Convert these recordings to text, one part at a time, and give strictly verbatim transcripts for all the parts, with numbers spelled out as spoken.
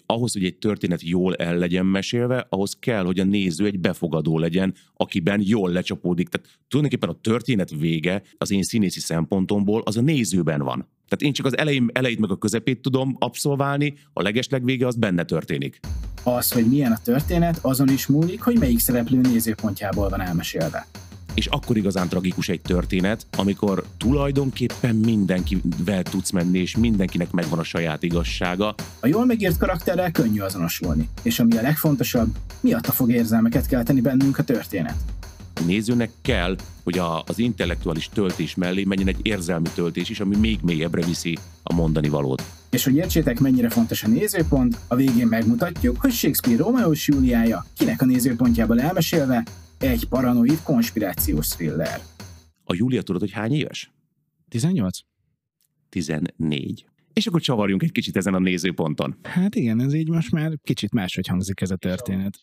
ahhoz, hogy egy történet jól el legyen mesélve, ahhoz kell, hogy a néző egy befogadó legyen, akiben jól lecsapódik. Tehát tulajdonképpen a történet vége az én színészi szempontomból az a nézőben van. Tehát én csak az elején, elejét meg a közepét tudom abszolválni, a legeslegvége az benne történik. Az, hogy milyen a történet, azon is múlik, hogy melyik szereplő nézőpontjából van elmesélve. És akkor igazán tragikus egy történet, amikor tulajdonképpen mindenkivel tudsz menni, és mindenkinek megvan a saját igazsága. A jól megírt karakterrel könnyű azonosulni, és ami a legfontosabb, miatta fog érzelmeket kelteni bennünk a történet. A nézőnek kell, hogy a, az intellektuális töltés mellé menjen egy érzelmi töltés is, ami még mélyebbre viszi a mondani valót. És hogy értsétek, mennyire fontos a nézőpont, a végén megmutatjuk, hogy Shakespeare Rómeó és Júliája, kinek a nézőpontjából elmesélve, egy paranoid konspirációs thriller. A Júlia tudod, hogy hány éves? tizennyolc? tizennégy. És akkor csavarjunk egy kicsit ezen a nézőponton. Hát igen, ez így most már kicsit máshogy hangzik ez a történet.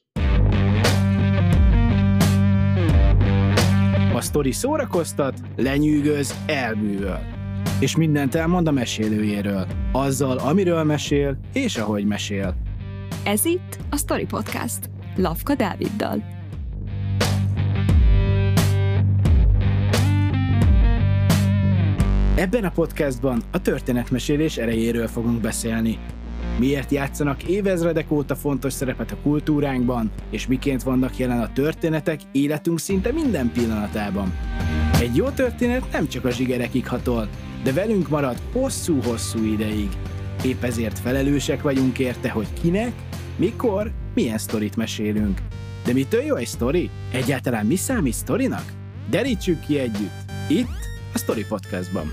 A sztori szórakoztat, lenyűgöz, elbűvöl. És mindent elmond a mesélőjéről. Azzal, amiről mesél, és ahogy mesél. Ez itt a Story Podcast. Lavka Dáviddal. Ebben a podcastban a történetmesélés erejéről fogunk beszélni. Miért játszanak évezredek óta fontos szerepet a kultúránkban, és miként vannak jelen a történetek életünk szinte minden pillanatában. Egy jó történet nem csak a zsigerekig hatol, de velünk marad hosszú-hosszú ideig. Épp ezért felelősek vagyunk érte, hogy kinek, mikor, milyen sztorit mesélünk. De mitől jó egy sztori? Egyáltalán mi számít sztorinak? Derítsük ki együtt, itt a Story Podcastban.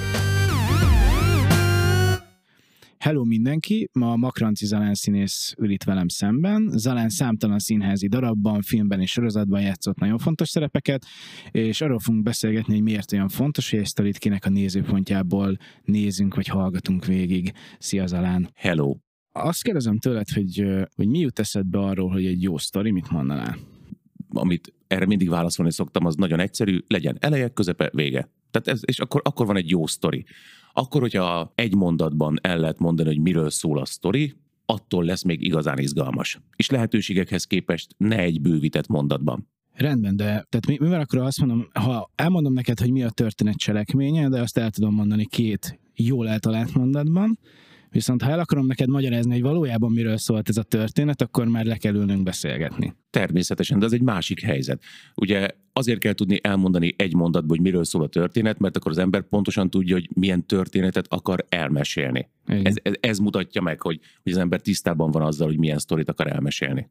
Hello mindenki, ma Makranci Zalán színész ül itt velem szemben. Zalán számtalan színházi darabban, filmben és sorozatban játszott nagyon fontos szerepeket, és arról fogunk beszélgetni, hogy miért olyan fontos, hogy egy sztorit kinek a nézőpontjából nézünk vagy hallgatunk végig. Szia Zalán! Hello! Azt kérdezem tőled, hogy, hogy mi jut eszedbe arról, hogy egy jó sztori, mit mondanál? Amit erre mindig válaszolni szoktam, az nagyon egyszerű, legyen eleje, közepe, vége. Tehát ez, és akkor, akkor van egy jó sztori. Akkor, hogyha egy mondatban el lehet mondani, hogy miről szól a sztori, attól lesz még igazán izgalmas. És lehetőségekhez képest ne egy bővített mondatban. Rendben, de tehát mivel akkor azt mondom, ha elmondom neked, hogy mi a történet cselekménye, de azt el tudom mondani két jól eltalált mondatban, viszont ha el akarom neked magyarázni, hogy valójában miről szólt ez a történet, akkor már le kell ülnünk beszélgetni. Természetesen, de ez egy másik helyzet. Ugye azért kell tudni elmondani egy mondatban, hogy miről szól a történet, mert akkor az ember pontosan tudja, hogy milyen történetet akar elmesélni. Ez, ez, ez mutatja meg, hogy, hogy az ember tisztában van azzal, hogy milyen sztorit akar elmesélni.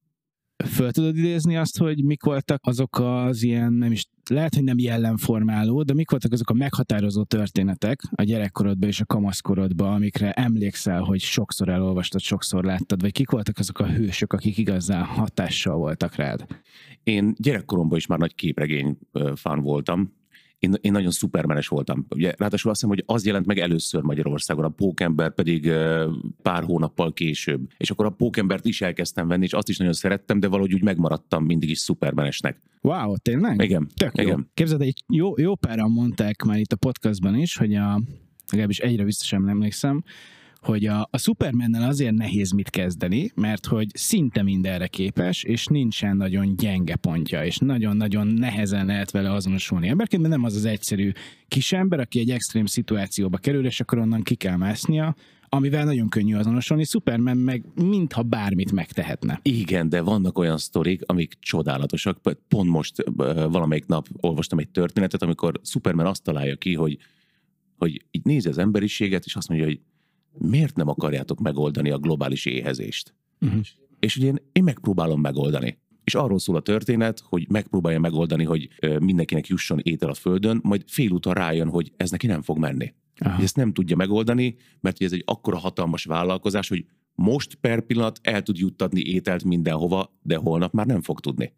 Föl tudod idézni azt, hogy mik voltak azok az ilyen, nem is, lehet, hogy nem jellemformáló, de mik voltak azok a meghatározó történetek a gyerekkorodban és a kamaszkorodban, amikre emlékszel, hogy sokszor elolvastad, sokszor láttad, vagy kik voltak azok a hősök, akik igazán hatással voltak rád? Én gyerekkoromban is már nagy képregény fan voltam. Én, én nagyon szupermenes voltam. Ugye, ráadásul azt hiszem, hogy az jelent meg először Magyarországon, a Pókember pedig pár hónappal később. És akkor a Pókembert is elkezdtem venni, és azt is nagyon szerettem, de valahogy úgy megmaradtam mindig is szupermenesnek. Wow, tényleg? Igen. Tök jó. Igen. Képzeld, egy jó, jó páran mondták már itt a podcastban is, hogy a, legalábbis egyre biztosan emlékszem, hogy a, a Supermannel azért nehéz mit kezdeni, mert hogy szinte mindenre képes, és nincsen nagyon gyenge pontja, és nagyon-nagyon nehezen lehet vele azonosulni. Emberként nem az az egyszerű kisember, aki egy extrém szituációba kerül, és akkor onnan ki kell másznia, amivel nagyon könnyű azonosulni. Superman meg mintha bármit megtehetne. Igen, de vannak olyan sztorik, amik csodálatosak. Pont most valamelyik nap olvastam egy történetet, amikor Superman azt találja ki, hogy, hogy így nézi az emberiséget, és azt mondja, hogy miért nem akarjátok megoldani a globális éhezést? Uh-huh. És ugye én, én megpróbálom megoldani. És arról szól a történet, hogy megpróbálja megoldani, hogy mindenkinek jusson étel a földön, majd félúton rájön, hogy ez neki nem fog menni. Hogy ezt nem tudja megoldani, mert ez egy akkora hatalmas vállalkozás, hogy most per pillanat el tud juttatni ételt mindenhova, de holnap már nem fog tudni.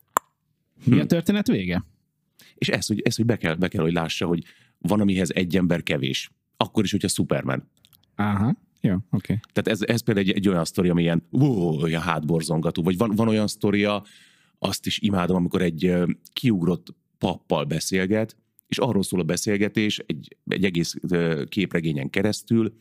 Mi hm. a történet vége? És ez, hogy, ez, hogy be, kell, be kell, hogy lássa, hogy van, amihez egy ember kevés. Akkor is, hogyha Superman. Aha, jó, oké. Okay. Tehát ez, ez például egy, egy olyan sztori, ami ilyen, ó, olyan hátborzongató. Vagy van, van olyan sztoria, azt is imádom, amikor egy uh, kiugrott pappal beszélget, és arról szól a beszélgetés egy, egy egész uh, képregényen keresztül,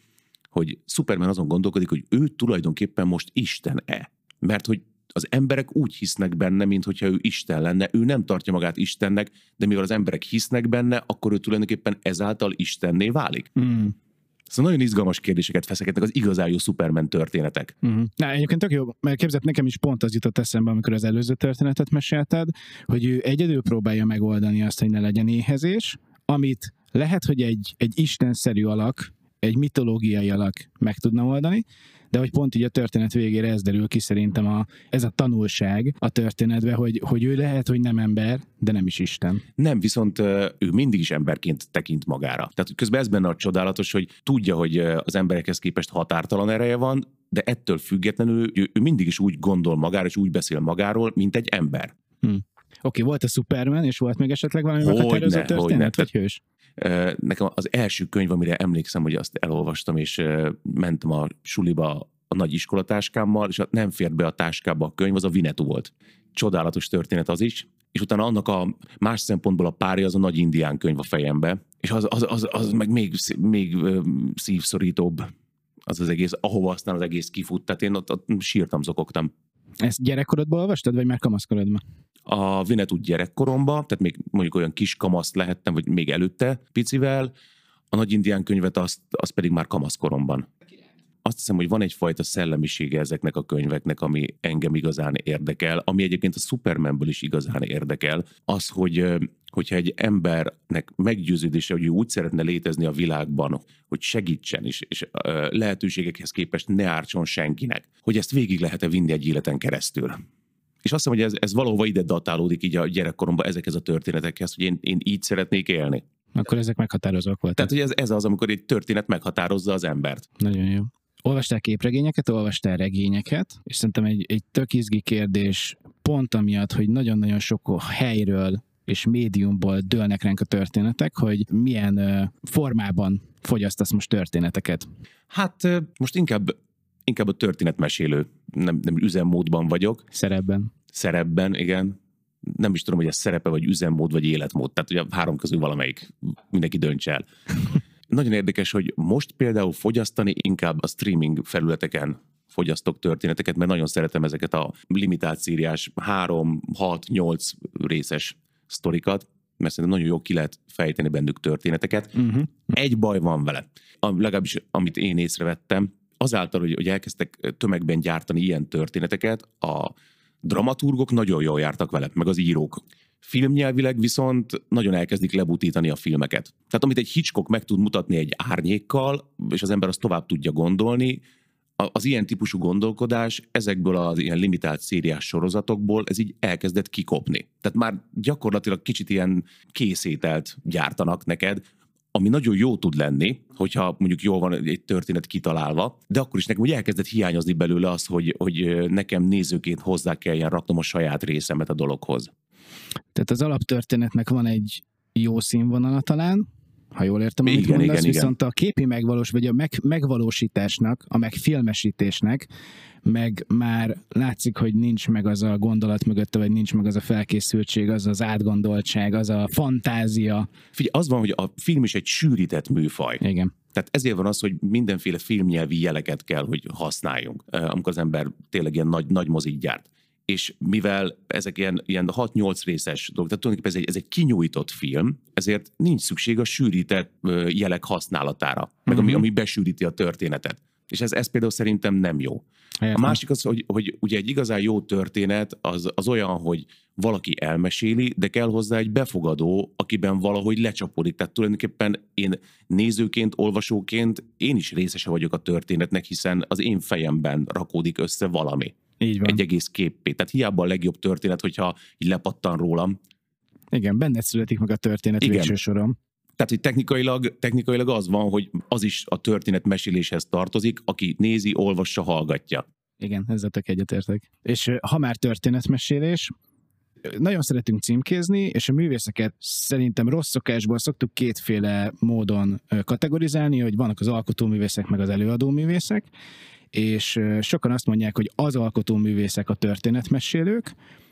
hogy Superman azon gondolkodik, hogy ő tulajdonképpen most Isten-e. Mert hogy az emberek úgy hisznek benne, mintha ő Isten lenne. Ő nem tartja magát Istennek, de mivel az emberek hisznek benne, akkor ő tulajdonképpen ezáltal Istenné válik. Mm. Szóval nagyon izgalmas kérdéseket feszegetnek az igazán jó Superman történetek. Mm. Na, egyébként tök jó, mert képzeld, nekem is pont az jutott eszembe, amikor az előző történetet mesélted, hogy ő egyedül próbálja megoldani azt, hogy ne legyen éhezés, amit lehet, hogy egy, egy istenszerű alak, egy mitológiai alak meg tudna oldani, de hogy pont így a történet végére ez derül ki szerintem a, ez a tanulság a történetben, hogy, hogy ő lehet, hogy nem ember, de nem is Isten. Nem, viszont ő mindig is emberként tekint magára. Tehát közben ez benne a csodálatos, hogy tudja, hogy az emberekhez képest határtalan ereje van, de ettől függetlenül ő, ő mindig is úgy gondol magára, és úgy beszél magáról, mint egy ember. Hm. Oké, okay, volt a Superman, és volt még esetleg valami meghatározó történet, vagy hős? Nekem az első könyv, amire emlékszem, hogy azt elolvastam, és mentem a suliba a nagy iskolatáskámmal, és nem fért be a táskába a könyv, az a Winnetou volt. Csodálatos történet az is, és utána annak a más szempontból a párja az a nagy indián könyv a fejembe, és az, az, az, az meg még, még szívszorítóbb az az egész, ahova aztán az egész kifut, tehát én ott, ott sírtam, zokogtam. Ezt gyerekkorodban olvastad, vagy már kamaszkorodban? A Winnetou gyerekkoromban, tehát még mondjuk olyan kis kamaszt lehettem, vagy még előtte picivel, a nagy indián könyvet azt, azt pedig már kamaszkoromban. Azt hiszem, hogy van egyfajta szellemisége ezeknek a könyveknek, ami engem igazán érdekel, ami egyébként a Supermanből is igazán érdekel, az, hogy hogyha egy embernek meggyőződése, hogy ő úgy szeretne létezni a világban, hogy segítsen, és, és lehetőségekhez képest ne ártson senkinek, hogy ezt végig lehet-e vinni egy életen keresztül. És azt hiszem, hogy ez, ez valahova ide datálódik így a gyerekkoromban ezekhez a történetekhez, hogy én, én így szeretnék élni. Akkor ezek meghatározók voltak. Tehát, hogy ez, ez az, amikor egy történet meghatározza az embert. Nagyon jó. Olvastál képregényeket, olvastál regényeket, és szerintem egy, egy tök izgi kérdés pont amiatt, hogy nagyon-nagyon sok helyről és médiumból dőlnek ránk a történetek, hogy milyen uh, formában fogyasztasz most történeteket. Hát uh, most inkább, inkább a történetmesélő, nem, nem üzemmódban vagyok. Szerepben. Szerepben, igen. Nem is tudom, hogy ez szerepe, vagy üzemmód, vagy életmód. Tehát ugye a három közül valamelyik, mindenki dönts el. Nagyon érdekes, hogy most például fogyasztani inkább a streaming felületeken fogyasztok történeteket, mert nagyon szeretem ezeket a limitált szériás három, hat, nyolc részes sztorikat, mert szerintem nagyon jó ki lehet fejteni bennük történeteket. Uh-huh. Egy baj van vele. A, legalábbis amit én észrevettem, azáltal, hogy, hogy elkezdtek tömegben gyártani ilyen történeteket, a dramaturgok nagyon jól jártak vele, meg az írók. Filmnyelvileg viszont nagyon elkezdik lebutítani a filmeket. Tehát amit egy Hitchcock meg tud mutatni egy árnyékkal, és az ember azt tovább tudja gondolni, az ilyen típusú gondolkodás ezekből az ilyen limitált szériás sorozatokból ez így elkezdett kikopni. Tehát már gyakorlatilag kicsit ilyen készételt gyártanak neked, ami nagyon jó tud lenni, hogyha mondjuk jól van egy történet kitalálva, de akkor is nekem úgy elkezdett hiányozni belőle az, hogy, hogy nekem nézőként hozzá kelljen raknom a saját részemet a dologhoz. Tehát az alaptörténetnek van egy jó színvonala talán, ha jól értem, amit igen, mondasz, igen, viszont igen. a képi megvalós, vagy a meg, megvalósításnak, a megfilmesítésnek, meg már látszik, hogy nincs meg az a gondolat mögötte, vagy nincs meg az a felkészültség, az az átgondoltság, az a fantázia. Figyelj, az van, hogy a film is egy sűrített műfaj. Igen. Tehát ezért van az, hogy mindenféle filmnyelvi jeleket kell, hogy használjunk, amikor az ember tényleg ilyen nagy, nagy mozit gyárt. És mivel ezek ilyen, ilyen hat-nyolc részes dolgok, tehát tulajdonképpen ez egy, ez egy kinyújtott film, ezért nincs szükség a sűrített jelek használatára, meg uh-huh. ami, ami besűríti a történetet. És ez, ez például szerintem nem jó. Értem. A másik az, hogy, hogy ugye egy igazán jó történet az, az olyan, hogy valaki elmeséli, de kell hozzá egy befogadó, akiben valahogy lecsapódik. Tehát tulajdonképpen én nézőként, olvasóként én is részese vagyok a történetnek, hiszen az én fejemben rakódik össze valami. Így van. Egy egész képpé. Tehát hiába a legjobb történet, hogyha így lepattan rólam. Igen, benned születik meg a történet Igen. végső soron. Tehát, hogy technikailag, technikailag az van, hogy az is a történet meséléshez tartozik, aki nézi, olvassa, hallgatja. Igen, ezzel tök egyetértek. És ha már történetmesélés, nagyon szeretünk címkézni, és a művészeket szerintem rossz szokásból szoktuk kétféle módon kategorizálni, hogy vannak az alkotóművészek, meg az előadóművészek, és sokan azt mondják, hogy az alkotóművészek a történetmesélők,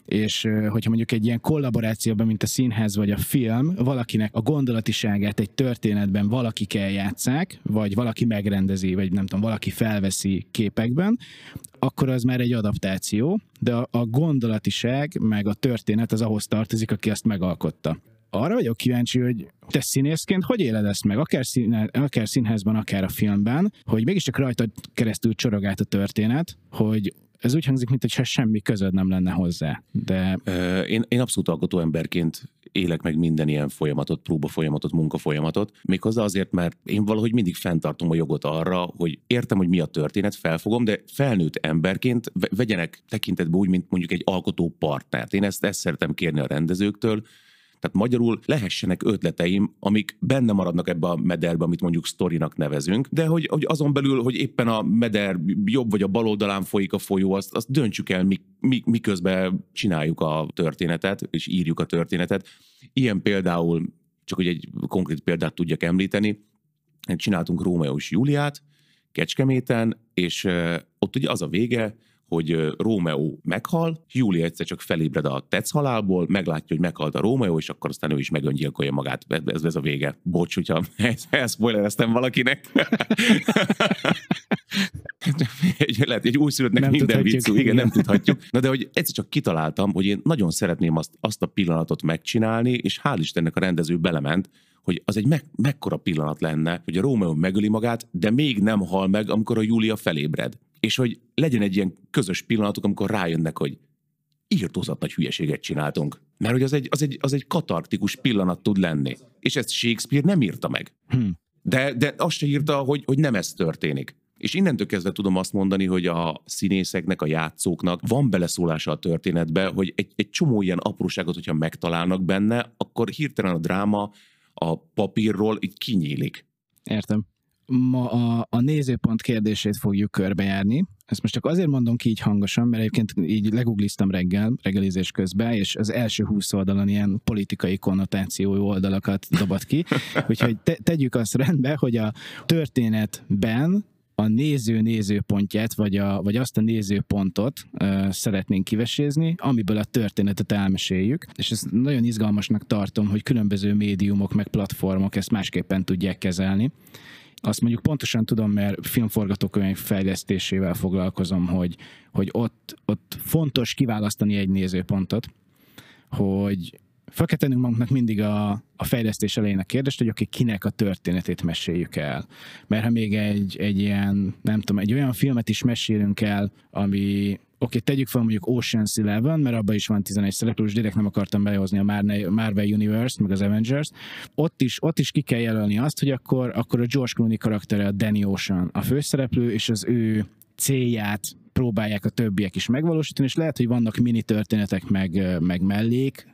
és hogyha mondjuk egy ilyen kollaborációban, mint a színház vagy a film, valakinek a gondolatiságát egy történetben valakik eljátszák, vagy valaki megrendezi, vagy nem tudom, valaki felveszi képekben, akkor az már egy adaptáció, de a, a gondolatiság meg a történet az ahhoz tartozik, aki azt megalkotta. Arra vagyok kíváncsi, hogy te színészként hogy éled ezt meg, akár, színe, akár színházban, akár a filmben, hogy mégiscsak rajtad keresztül csorog át a történet, hogy ez úgy hangzik, mintha semmi közöd nem lenne hozzá. De... Én, én abszolút alkotó emberként élek meg minden ilyen folyamatot, próba folyamatot, munka folyamatot, méghozzá azért, mert én valahogy mindig fenntartom a jogot arra, hogy értem, hogy mi a történet, felfogom, de felnőtt emberként vegyenek tekintetbe úgy, mint mondjuk egy alkotó partnert. Én ezt, ezt szeretem kérni a rendezőktől. Tehát magyarul lehessenek ötleteim, amik benne maradnak ebbe a mederbe, amit mondjuk sztorinak nevezünk, de hogy, hogy azon belül, hogy éppen a meder jobb vagy a bal oldalán folyik a folyó, azt, azt döntsük el, mi, mi, miközben csináljuk a történetet, és írjuk a történetet. Ilyen például, csak hogy egy konkrét példát tudjak említeni, csináltunk Rómeó és Júliát Kecskeméten, és ott ugye az a vége, hogy Rómeó meghal, Júlia egyszer csak felébred a tetsz halálból, meglátja, hogy meghalt a Rómeó, és akkor aztán ő is megöngyilkolja magát. Ez, ez a vége. Bocs, hogyha elspoilereztem valakinek. Lehet, egy újszülöttnek nem minden viccú, igen, nem tudhatjuk. Na de hogy egyszer csak kitaláltam, hogy én nagyon szeretném azt, azt a pillanatot megcsinálni, és hál' Istennek a rendező belement, hogy az egy me- mekkora pillanat lenne, hogy a Rómeó megöli magát, de még nem hal meg, amikor a Júlia felébred. És hogy legyen egy ilyen közös pillanatok, amikor rájönnek, hogy írtózat nagy hülyeséget csináltunk. Mert hogy az egy, az egy, az egy katartikus pillanat tud lenni. És ezt Shakespeare nem írta meg. Hmm. De, de azt se írta, hogy, hogy nem ez történik. És innentől kezdve tudom azt mondani, hogy a színészeknek, a játszóknak van beleszólása a történetbe, hogy egy, egy csomó ilyen apróságot, hogyha megtalálnak benne, akkor hirtelen a dráma a papírról így kinyílik. Értem. Ma a, a nézőpont kérdését fogjuk körbejárni. Ezt most csak azért mondom ki így hangosan, mert egyébként így legugliztam reggel, reggelizés közben, és az első húsz oldalon ilyen politikai konnotációi oldalakat dobott ki. Úgyhogy te, tegyük azt rendbe, hogy a történetben a néző nézőpontját, vagy, a, vagy azt a nézőpontot uh, szeretnénk kivesézni, amiből a történetet elmeséljük. És ezt nagyon izgalmasnak tartom, hogy különböző médiumok, meg platformok ezt másképpen tudják kezelni. Azt mondjuk pontosan tudom, mert filmforgatókönyv fejlesztésével foglalkozom, hogy, hogy ott, ott fontos kiválasztani egy nézőpontot, hogy fel kell tennünk magunknak mindig a, a fejlesztés elején a kérdést, hogy oké, okay, kinek a történetét meséljük el. Mert ha még egy, egy ilyen, nem tudom, egy olyan filmet is mesélünk el, ami, oké, okay, tegyük fel mondjuk Ocean's Eleven, mert abban is van tizenegy szereplő, és direkt nem akartam behozni a Marvel Universe, meg az Avengers. Ott is, ott is ki kell jelölni azt, hogy akkor, akkor a George Clooney karaktere, a Danny Ocean a főszereplő, és az ő célját próbálják a többiek is megvalósítani, és lehet, hogy vannak mini történetek, meg, meg mellék,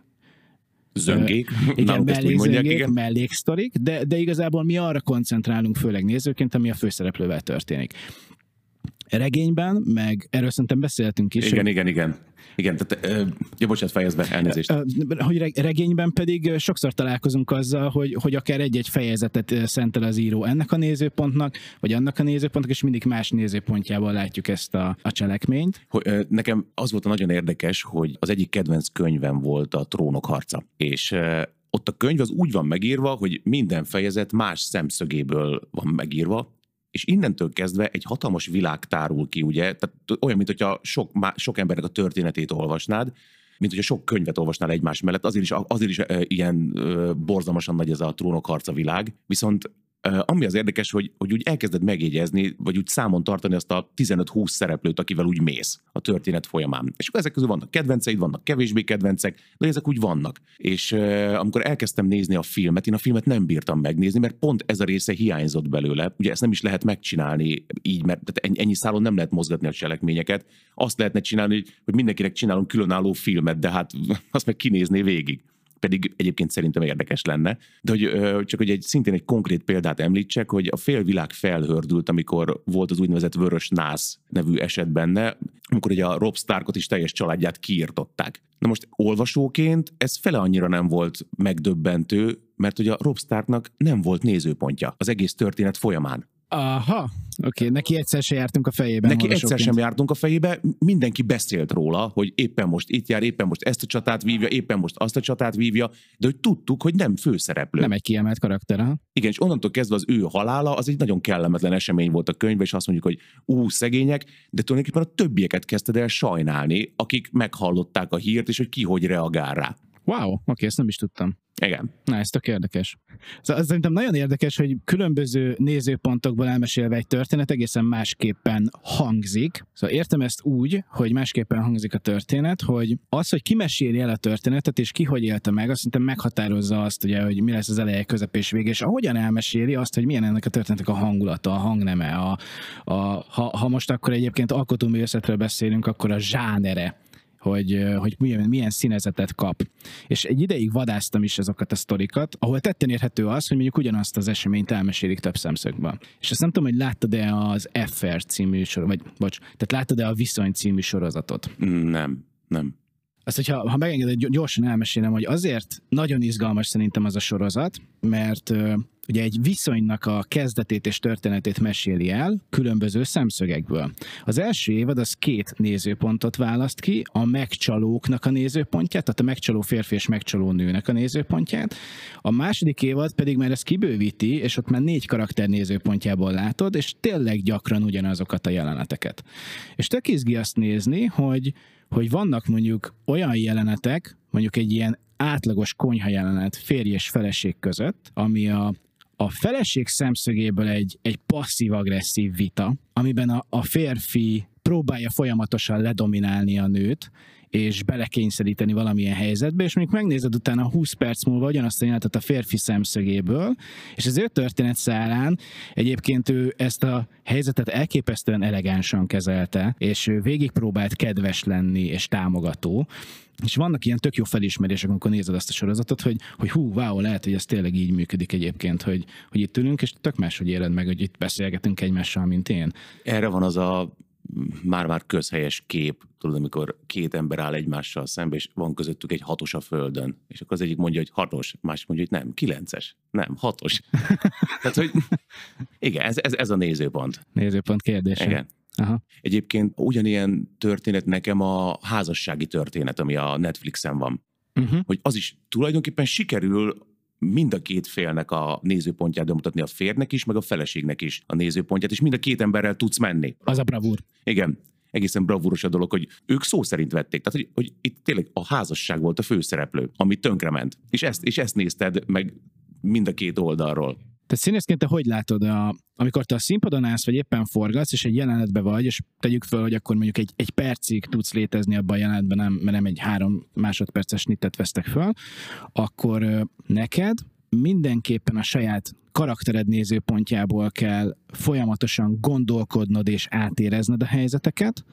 Zöngék, igen, mellékszöngék, melléksztorik, de, de igazából mi arra koncentrálunk, főleg nézőként, ami a főszereplővel történik. Regényben, meg erről szerintem beszéltünk is. Igen, hogy... igen, igen. Igen, tehát, uh, ja, bocsánat, fejezd be, elnézést. Uh, hogy regényben pedig sokszor találkozunk azzal, hogy, hogy akár egy-egy fejezetet szentel az író ennek a nézőpontnak, vagy annak a nézőpontnak, és mindig más nézőpontjából látjuk ezt a, a cselekményt. Hogy, uh, nekem az volt a nagyon érdekes, hogy az egyik kedvenc könyvem volt a Trónok harca, és uh, ott a könyv az úgy van megírva, hogy minden fejezet más szemszögéből van megírva, és innentől kezdve egy hatalmas világ tárul ki, ugye, tehát olyan, mint hogyha sok, sok embernek a történetét olvasnád, mint hogyha sok könyvet olvasnál egymás mellett, azért is, azért is e, ilyen e, borzalmasan nagy ez a Trónok harca világ, viszont e, ami az érdekes, hogy, hogy úgy elkezded megjegyezni, vagy úgy számon tartani azt a tizenöt-húsz szereplőt, akivel úgy mész a történet folyamán. És akkor ezek közül vannak kedvenceid, vannak kevésbé kedvencek, de ezek úgy vannak. És e, amikor elkezdtem nézni a filmet, én a filmet nem bírtam megnézni, mert pont ez a része hiányzott belőle. Ugye ezt nem is lehet megcsinálni így, mert ennyi szálon nem lehet mozgatni a cselekményeket. Azt lehetne csinálni, hogy mindenkinek csinálunk különálló filmet, de hát azt meg kinézné végig. Pedig egyébként szerintem érdekes lenne. De hogy csak hogy egy, szintén egy konkrét példát említsek, hogy a félvilág felhördült, amikor volt az úgynevezett Vörös Nász nevű eset benne, amikor ugye a Robb Starkot és teljes családját kiirtották. Na most olvasóként ez fele annyira nem volt megdöbbentő, mert hogy a Robb Starknak nem volt nézőpontja az egész történet folyamán. Aha, oké, okay. Neki egyszer sem jártunk a fejében. Neki egyszer sem jártunk a fejébe, mindenki beszélt róla, hogy éppen most itt jár, éppen most ezt a csatát vívja, éppen most azt a csatát vívja, de hogy tudtuk, hogy nem főszereplő. Nem egy kiemelt karakter, ha? Igen, és onnantól kezdve az ő halála, az egy nagyon kellemetlen esemény volt a könyvben, és azt mondjuk, hogy ú, szegények, de tulajdonképpen a többieket kezdted el sajnálni, akik meghallották a hírt, és hogy ki hogy reagál rá. Wow, oké, okay, ezt nem is tudtam. Igen. Na, ez tök érdekes. Szóval szerintem nagyon érdekes, hogy különböző nézőpontokból elmesélve egy történet egészen másképpen hangzik. Szóval értem ezt úgy, hogy másképpen hangzik a történet, hogy az, hogy ki meséli el a történetet, és ki hogy élte meg, azt szerintem meghatározza azt, ugye, hogy mi lesz az eleje, közep és vége, és ahogyan elmeséli azt, hogy milyen ennek a történetnek a hangulata, a hangneme, a, a, ha, ha most akkor egyébként alkotóművészetről beszélünk, akkor a zsánere, hogy, hogy milyen, milyen színezetet kap. És egy ideig vadásztam is azokat a sztorikat, ahol tetten érhető az, hogy mondjuk ugyanazt az eseményt elmesélik több szemszögből. És azt nem tudom, hogy láttad-e az Affair című sorot, vagy bocs, tehát láttad-e a Viszony című sorozatot? Nem, nem. Azt, hogyha ha megengeded, gyorsan elmesélem, hogy azért nagyon izgalmas szerintem az a sorozat, mert uh, ugye egy viszonynak a kezdetét és történetét meséli el különböző szemszögekből. Az első évad az két nézőpontot választ ki, a megcsalóknak a nézőpontját, tehát a megcsaló férfi és megcsaló nőnek a nézőpontját. A második évad pedig már ezt kibővíti, és ott már négy karakter nézőpontjából látod, és tényleg gyakran ugyanazokat a jeleneteket. És tök izgi azt nézni, hogy hogy vannak mondjuk olyan jelenetek, mondjuk egy ilyen átlagos konyha jelenet férj és feleség között, ami a, a feleség szemszögéből egy, egy passzív-agresszív vita, amiben a, a férfi próbálja folyamatosan ledominálni a nőt, és belekényszeríteni valamilyen helyzetbe, és mondjuk megnézed utána húsz perc múlva ugyanazt a jelenetet a férfi szemszögéből, és az ő történetszálán egyébként ő ezt a helyzetet elképesztően elegánsan kezelte, és ő végigpróbált kedves lenni és támogató, és vannak ilyen tök jó felismerések, amikor nézed azt a sorozatot, hogy, hogy hú, wow, lehet, hogy ez tényleg így működik egyébként, hogy, hogy itt ülünk, és tök máshogy éled meg, hogy itt beszélgetünk egymással, mint én. Erre van az a már-már közhelyes kép, tudod, amikor két ember áll egymással szembe, és van közöttük egy hatos a földön. És akkor az egyik mondja, hogy hatos, másik mondja, hogy nem, kilences, nem, hatos. Tehát, hogy igen, ez, ez, ez a nézőpont. Nézőpont kérdése. Igen. Aha. Egyébként ugyanilyen történet nekem a házassági történet, ami a Netflixen van. Uh-huh. Hogy az is tulajdonképpen sikerül mind a két félnek a nézőpontját bemutatni, a férnek is, meg a feleségnek is a nézőpontját, és mind a két emberrel tudsz menni. Az a bravúr. Igen, egészen bravúros a dolog, hogy ők szó szerint vették. Tehát, hogy, hogy itt tényleg a házasság volt a főszereplő, ami tönkrement. És ezt, és ezt nézted meg mind a két oldalról. Tehát színészként te hogy látod, a, amikor te a színpadon állsz, vagy éppen forgatsz, és egy jelenetbe vagy, és tegyük fel, hogy akkor mondjuk egy, egy percig tudsz létezni abban a jelenetben, nem, mert nem egy három másodperces snittet vesztek föl, akkor neked mindenképpen a saját karaktered nézőpontjából kell folyamatosan gondolkodnod és átérezned a helyzeteket,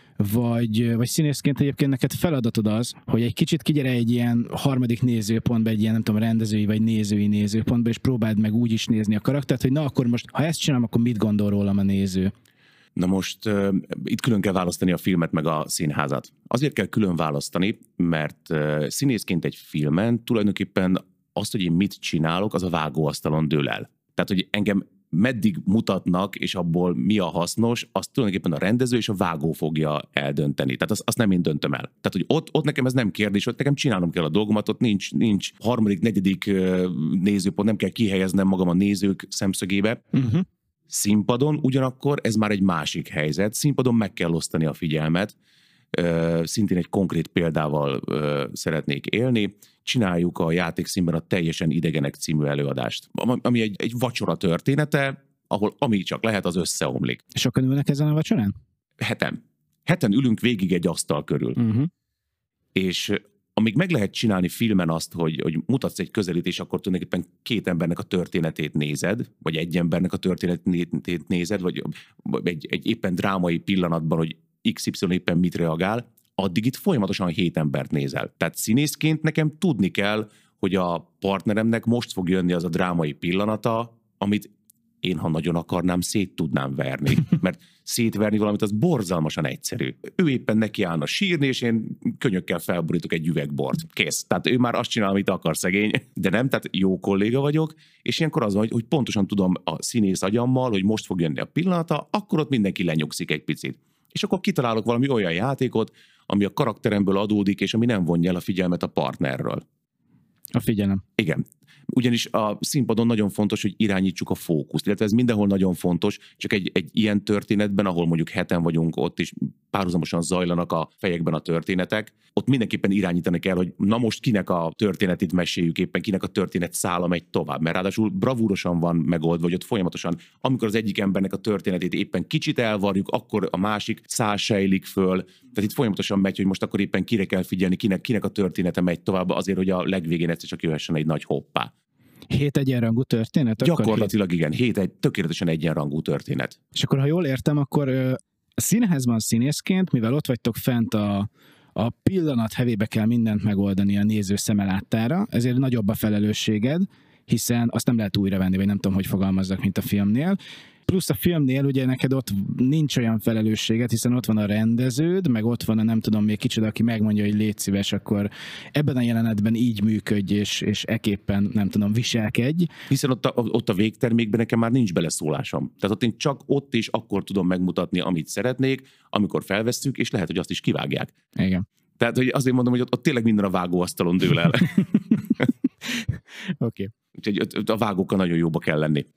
vagy, vagy színészként egyébként neked feladatod az, hogy egy kicsit kigyere egy ilyen harmadik nézőpontba, egy ilyen, nem tudom, rendezői vagy nézői nézőpontba, és próbáld meg úgy is nézni a karaktert, hogy na akkor most, ha ezt csinálom, akkor mit gondol rólam a néző? Na most uh, itt külön kell választani a filmet meg a színházat. Azért kell külön választani, mert uh, színészként egy filmen tulajdonképpen azt, hogy én mit csinálok, az a vágóasztalon dől el. Tehát, hogy engem meddig mutatnak, és abból mi a hasznos, azt tulajdonképpen a rendező és a vágó fogja eldönteni. Tehát azt, azt nem én döntöm el. Tehát, hogy ott, ott nekem ez nem kérdés, ott nekem csinálnom kell a dolgomat, ott nincs, nincs harmadik, negyedik nézőpont, nem kell kihelyeznem magam a nézők szemszögébe. Uh-huh. Színpadon ugyanakkor ez már egy másik helyzet. Színpadon meg kell osztani a figyelmet. Szintén egy konkrét példával szeretnék élni. Csináljuk a Játékszínben a Teljesen idegenek című előadást, ami egy, egy vacsora története, ahol ami csak lehet, az összeomlik. Sokan ülnek ezen a vacsorán? Heten. Heten ülünk végig egy asztal körül. Uh-huh. És amíg meg lehet csinálni filmen azt, hogy, hogy mutatsz egy közelítést, akkor tulajdonképpen két embernek a történetét nézed, vagy egy embernek a történetét nézed, vagy egy, egy éppen drámai pillanatban, hogy iksz ipszilon éppen mit reagál, addig itt folyamatosan hét embert nézel. Tehát színészként nekem tudni kell, hogy a partneremnek most fog jönni az a drámai pillanata, amit én, ha nagyon akarnám, szét tudnám verni. Mert szétverni valamit, az borzalmasan egyszerű. Ő éppen neki állna sírni, és én könyökkel felborítok egy üvegbort. Kész. Tehát ő már azt csinál, amit akar, szegény. De nem, tehát jó kolléga vagyok, és ilyenkor az van, hogy pontosan tudom a színész agyammal, hogy most fog jönni a pillanata, akkor ott mindenki lenyugszik egy picit. És akkor kitalálok valami olyan játékot, ami a karakteremből adódik, és ami nem vonja el a figyelmet a partnerről. A figyelem. Igen. Ugyanis a színpadon nagyon fontos, hogy irányítsuk a fókuszt, illetve ez mindenhol nagyon fontos, csak egy, egy ilyen történetben, ahol mondjuk heten vagyunk, ott is párhuzamosan zajlanak a fejekben a történetek, ott mindenképpen irányítani kell, hogy na most kinek a történetét meséljük éppen, kinek a történet szála megy tovább, mert ráadásul bravúrosan van megoldva, hogy ott folyamatosan, amikor az egyik embernek a történetét éppen kicsit elvarjuk, akkor a másik szál sejlik föl, tehát itt folyamatosan megy, hogy most akkor éppen kire kell figyelni, kinek, kinek a története megy tovább, azért, hogy a legvégén egyszer csak jöhessen egy nagy hoppá. Hét egyenrangú történet? Gyakorlatilag hét... igen, hét egy tökéletesen egyenrangú történet. És akkor, ha jól értem, akkor a színházban színészként, mivel ott vagytok fent a, a pillanat hevébe kell mindent megoldani a néző szeme láttára, ezért nagyobb a felelősséged, hiszen azt nem lehet újra venni, vagy nem tudom, hogy fogalmazzak, mint a filmnél. Plusz a filmnél ugye neked ott nincs olyan felelősséged, hiszen ott van a rendeződ, meg ott van a nem tudom még kicsoda, aki megmondja, hogy légy szíves, akkor ebben a jelenetben így működj, és, és eképpen nem tudom, viselkedj. Hiszen ott a, ott a végtermékben nekem már nincs beleszólásom. Tehát ott én csak ott és akkor tudom megmutatni, amit szeretnék, amikor felvesszük, és lehet, hogy azt is kivágják. Igen. Tehát hogy azért mondom, hogy ott, ott tényleg minden a vágóasztalon dől el. Oké. Okay. Úgyhogy a vágókkal nagyon jóba kell lenni.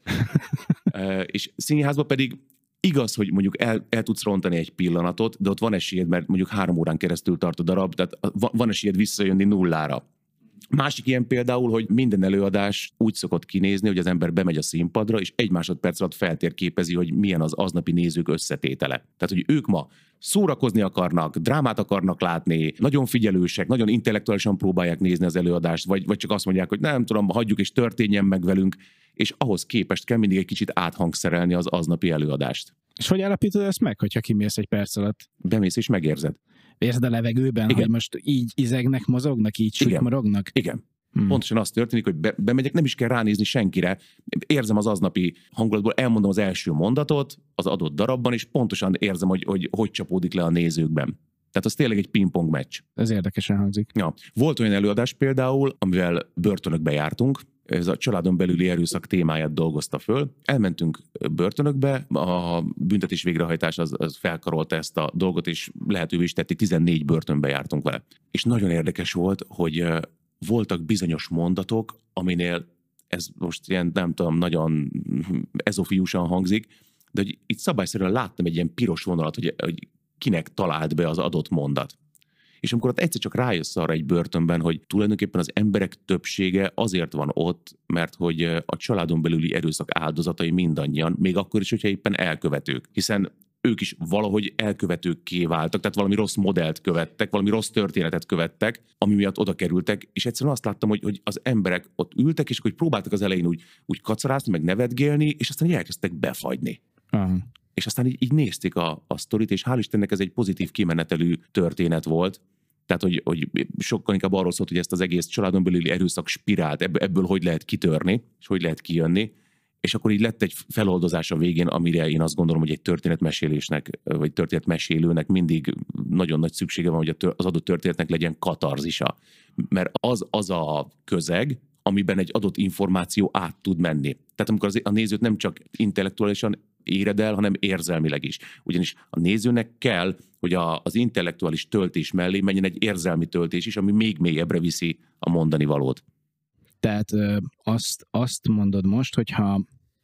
e, és színházban pedig igaz, hogy mondjuk el, el tudsz rontani egy pillanatot, de ott van esélyed, mert mondjuk három órán keresztül tart a darab, tehát van esélyed visszajönni nullára. Másik ilyen például, hogy minden előadás úgy szokott kinézni, hogy az ember bemegy a színpadra, és egy másodperc alatt feltérképezi, hogy milyen az aznapi nézők összetétele. Tehát, hogy ők ma szórakozni akarnak, drámát akarnak látni, nagyon figyelősek, nagyon intellektuálisan próbálják nézni az előadást, vagy, vagy csak azt mondják, hogy nem tudom, hagyjuk és történjen meg velünk, és ahhoz képest kell mindig egy kicsit áthangszerelni az aznapi előadást. És hogy állapítod ezt meg, hogyha kimész egy perc alatt? Bemész és megérzed. Érzed a levegőben, igen, hogy most így izegnek, mozognak, így sutymorognak? Igen. Hmm. Pontosan az történik, hogy be, bemegyek, nem is kell ránézni senkire, érzem az aznapi hangulatból, elmondom az első mondatot az adott darabban, és pontosan érzem, hogy hogy, hogy csapódik le a nézőkben. Tehát az tényleg egy pingpong meccs. Ez érdekesen hangzik. Ja. Volt olyan előadás például, amivel börtönökbe jártunk, ez a családon belüli erőszak témáját dolgozta föl. Elmentünk börtönökbe, a büntetés végrehajtás az, az felkarolta ezt a dolgot, és lehetővé is tették, tizennégy börtönbe jártunk vele. És nagyon érdekes volt, hogy voltak bizonyos mondatok, aminél ez most ilyen, nem tudom, nagyon ezofiusan hangzik, de hogy itt szabályszerűen láttam egy ilyen piros vonalat, hogy, hogy kinek talált be az adott mondat. És amikor ott egyszer csak rájössz arra egy börtönben, hogy tulajdonképpen az emberek többsége azért van ott, mert hogy a családon belüli erőszak áldozatai mindannyian, még akkor is, hogyha éppen elkövetők. Hiszen ők is valahogy elkövetőkké váltak, tehát valami rossz modellt követtek, valami rossz történetet követtek, ami miatt oda kerültek, és egyszerűen azt láttam, hogy, hogy az emberek ott ültek, és hogy próbáltak az elején úgy, úgy kacarászni, meg nevetgélni, és aztán így elkezdtek befagyni. Aha. És aztán így, így nézték a, a sztorit, és hál' Istennek ez egy pozitív kimenetelű történet volt. Tehát, hogy, hogy sokkal inkább arról szólt, hogy ezt az egész családon belüli erőszak spirált, ebből, ebből hogy lehet kitörni, és hogy lehet kijönni. És akkor így lett egy feloldozás a végén, amire én azt gondolom, hogy egy történetmesélésnek, vagy történetmesélőnek mindig nagyon nagy szüksége van, hogy az adott történetnek legyen katarzisa. Mert az az a közeg, amiben egy adott információ át tud menni. Tehát amikor az, a nézőt nem csak intellektuálisan éred el, hanem érzelmileg is. Ugyanis a nézőnek kell, hogy a, az intellektuális töltés mellé menjen egy érzelmi töltés is, ami még mélyebbre viszi a mondani valót. Tehát ö, azt, azt mondod most, hogyha,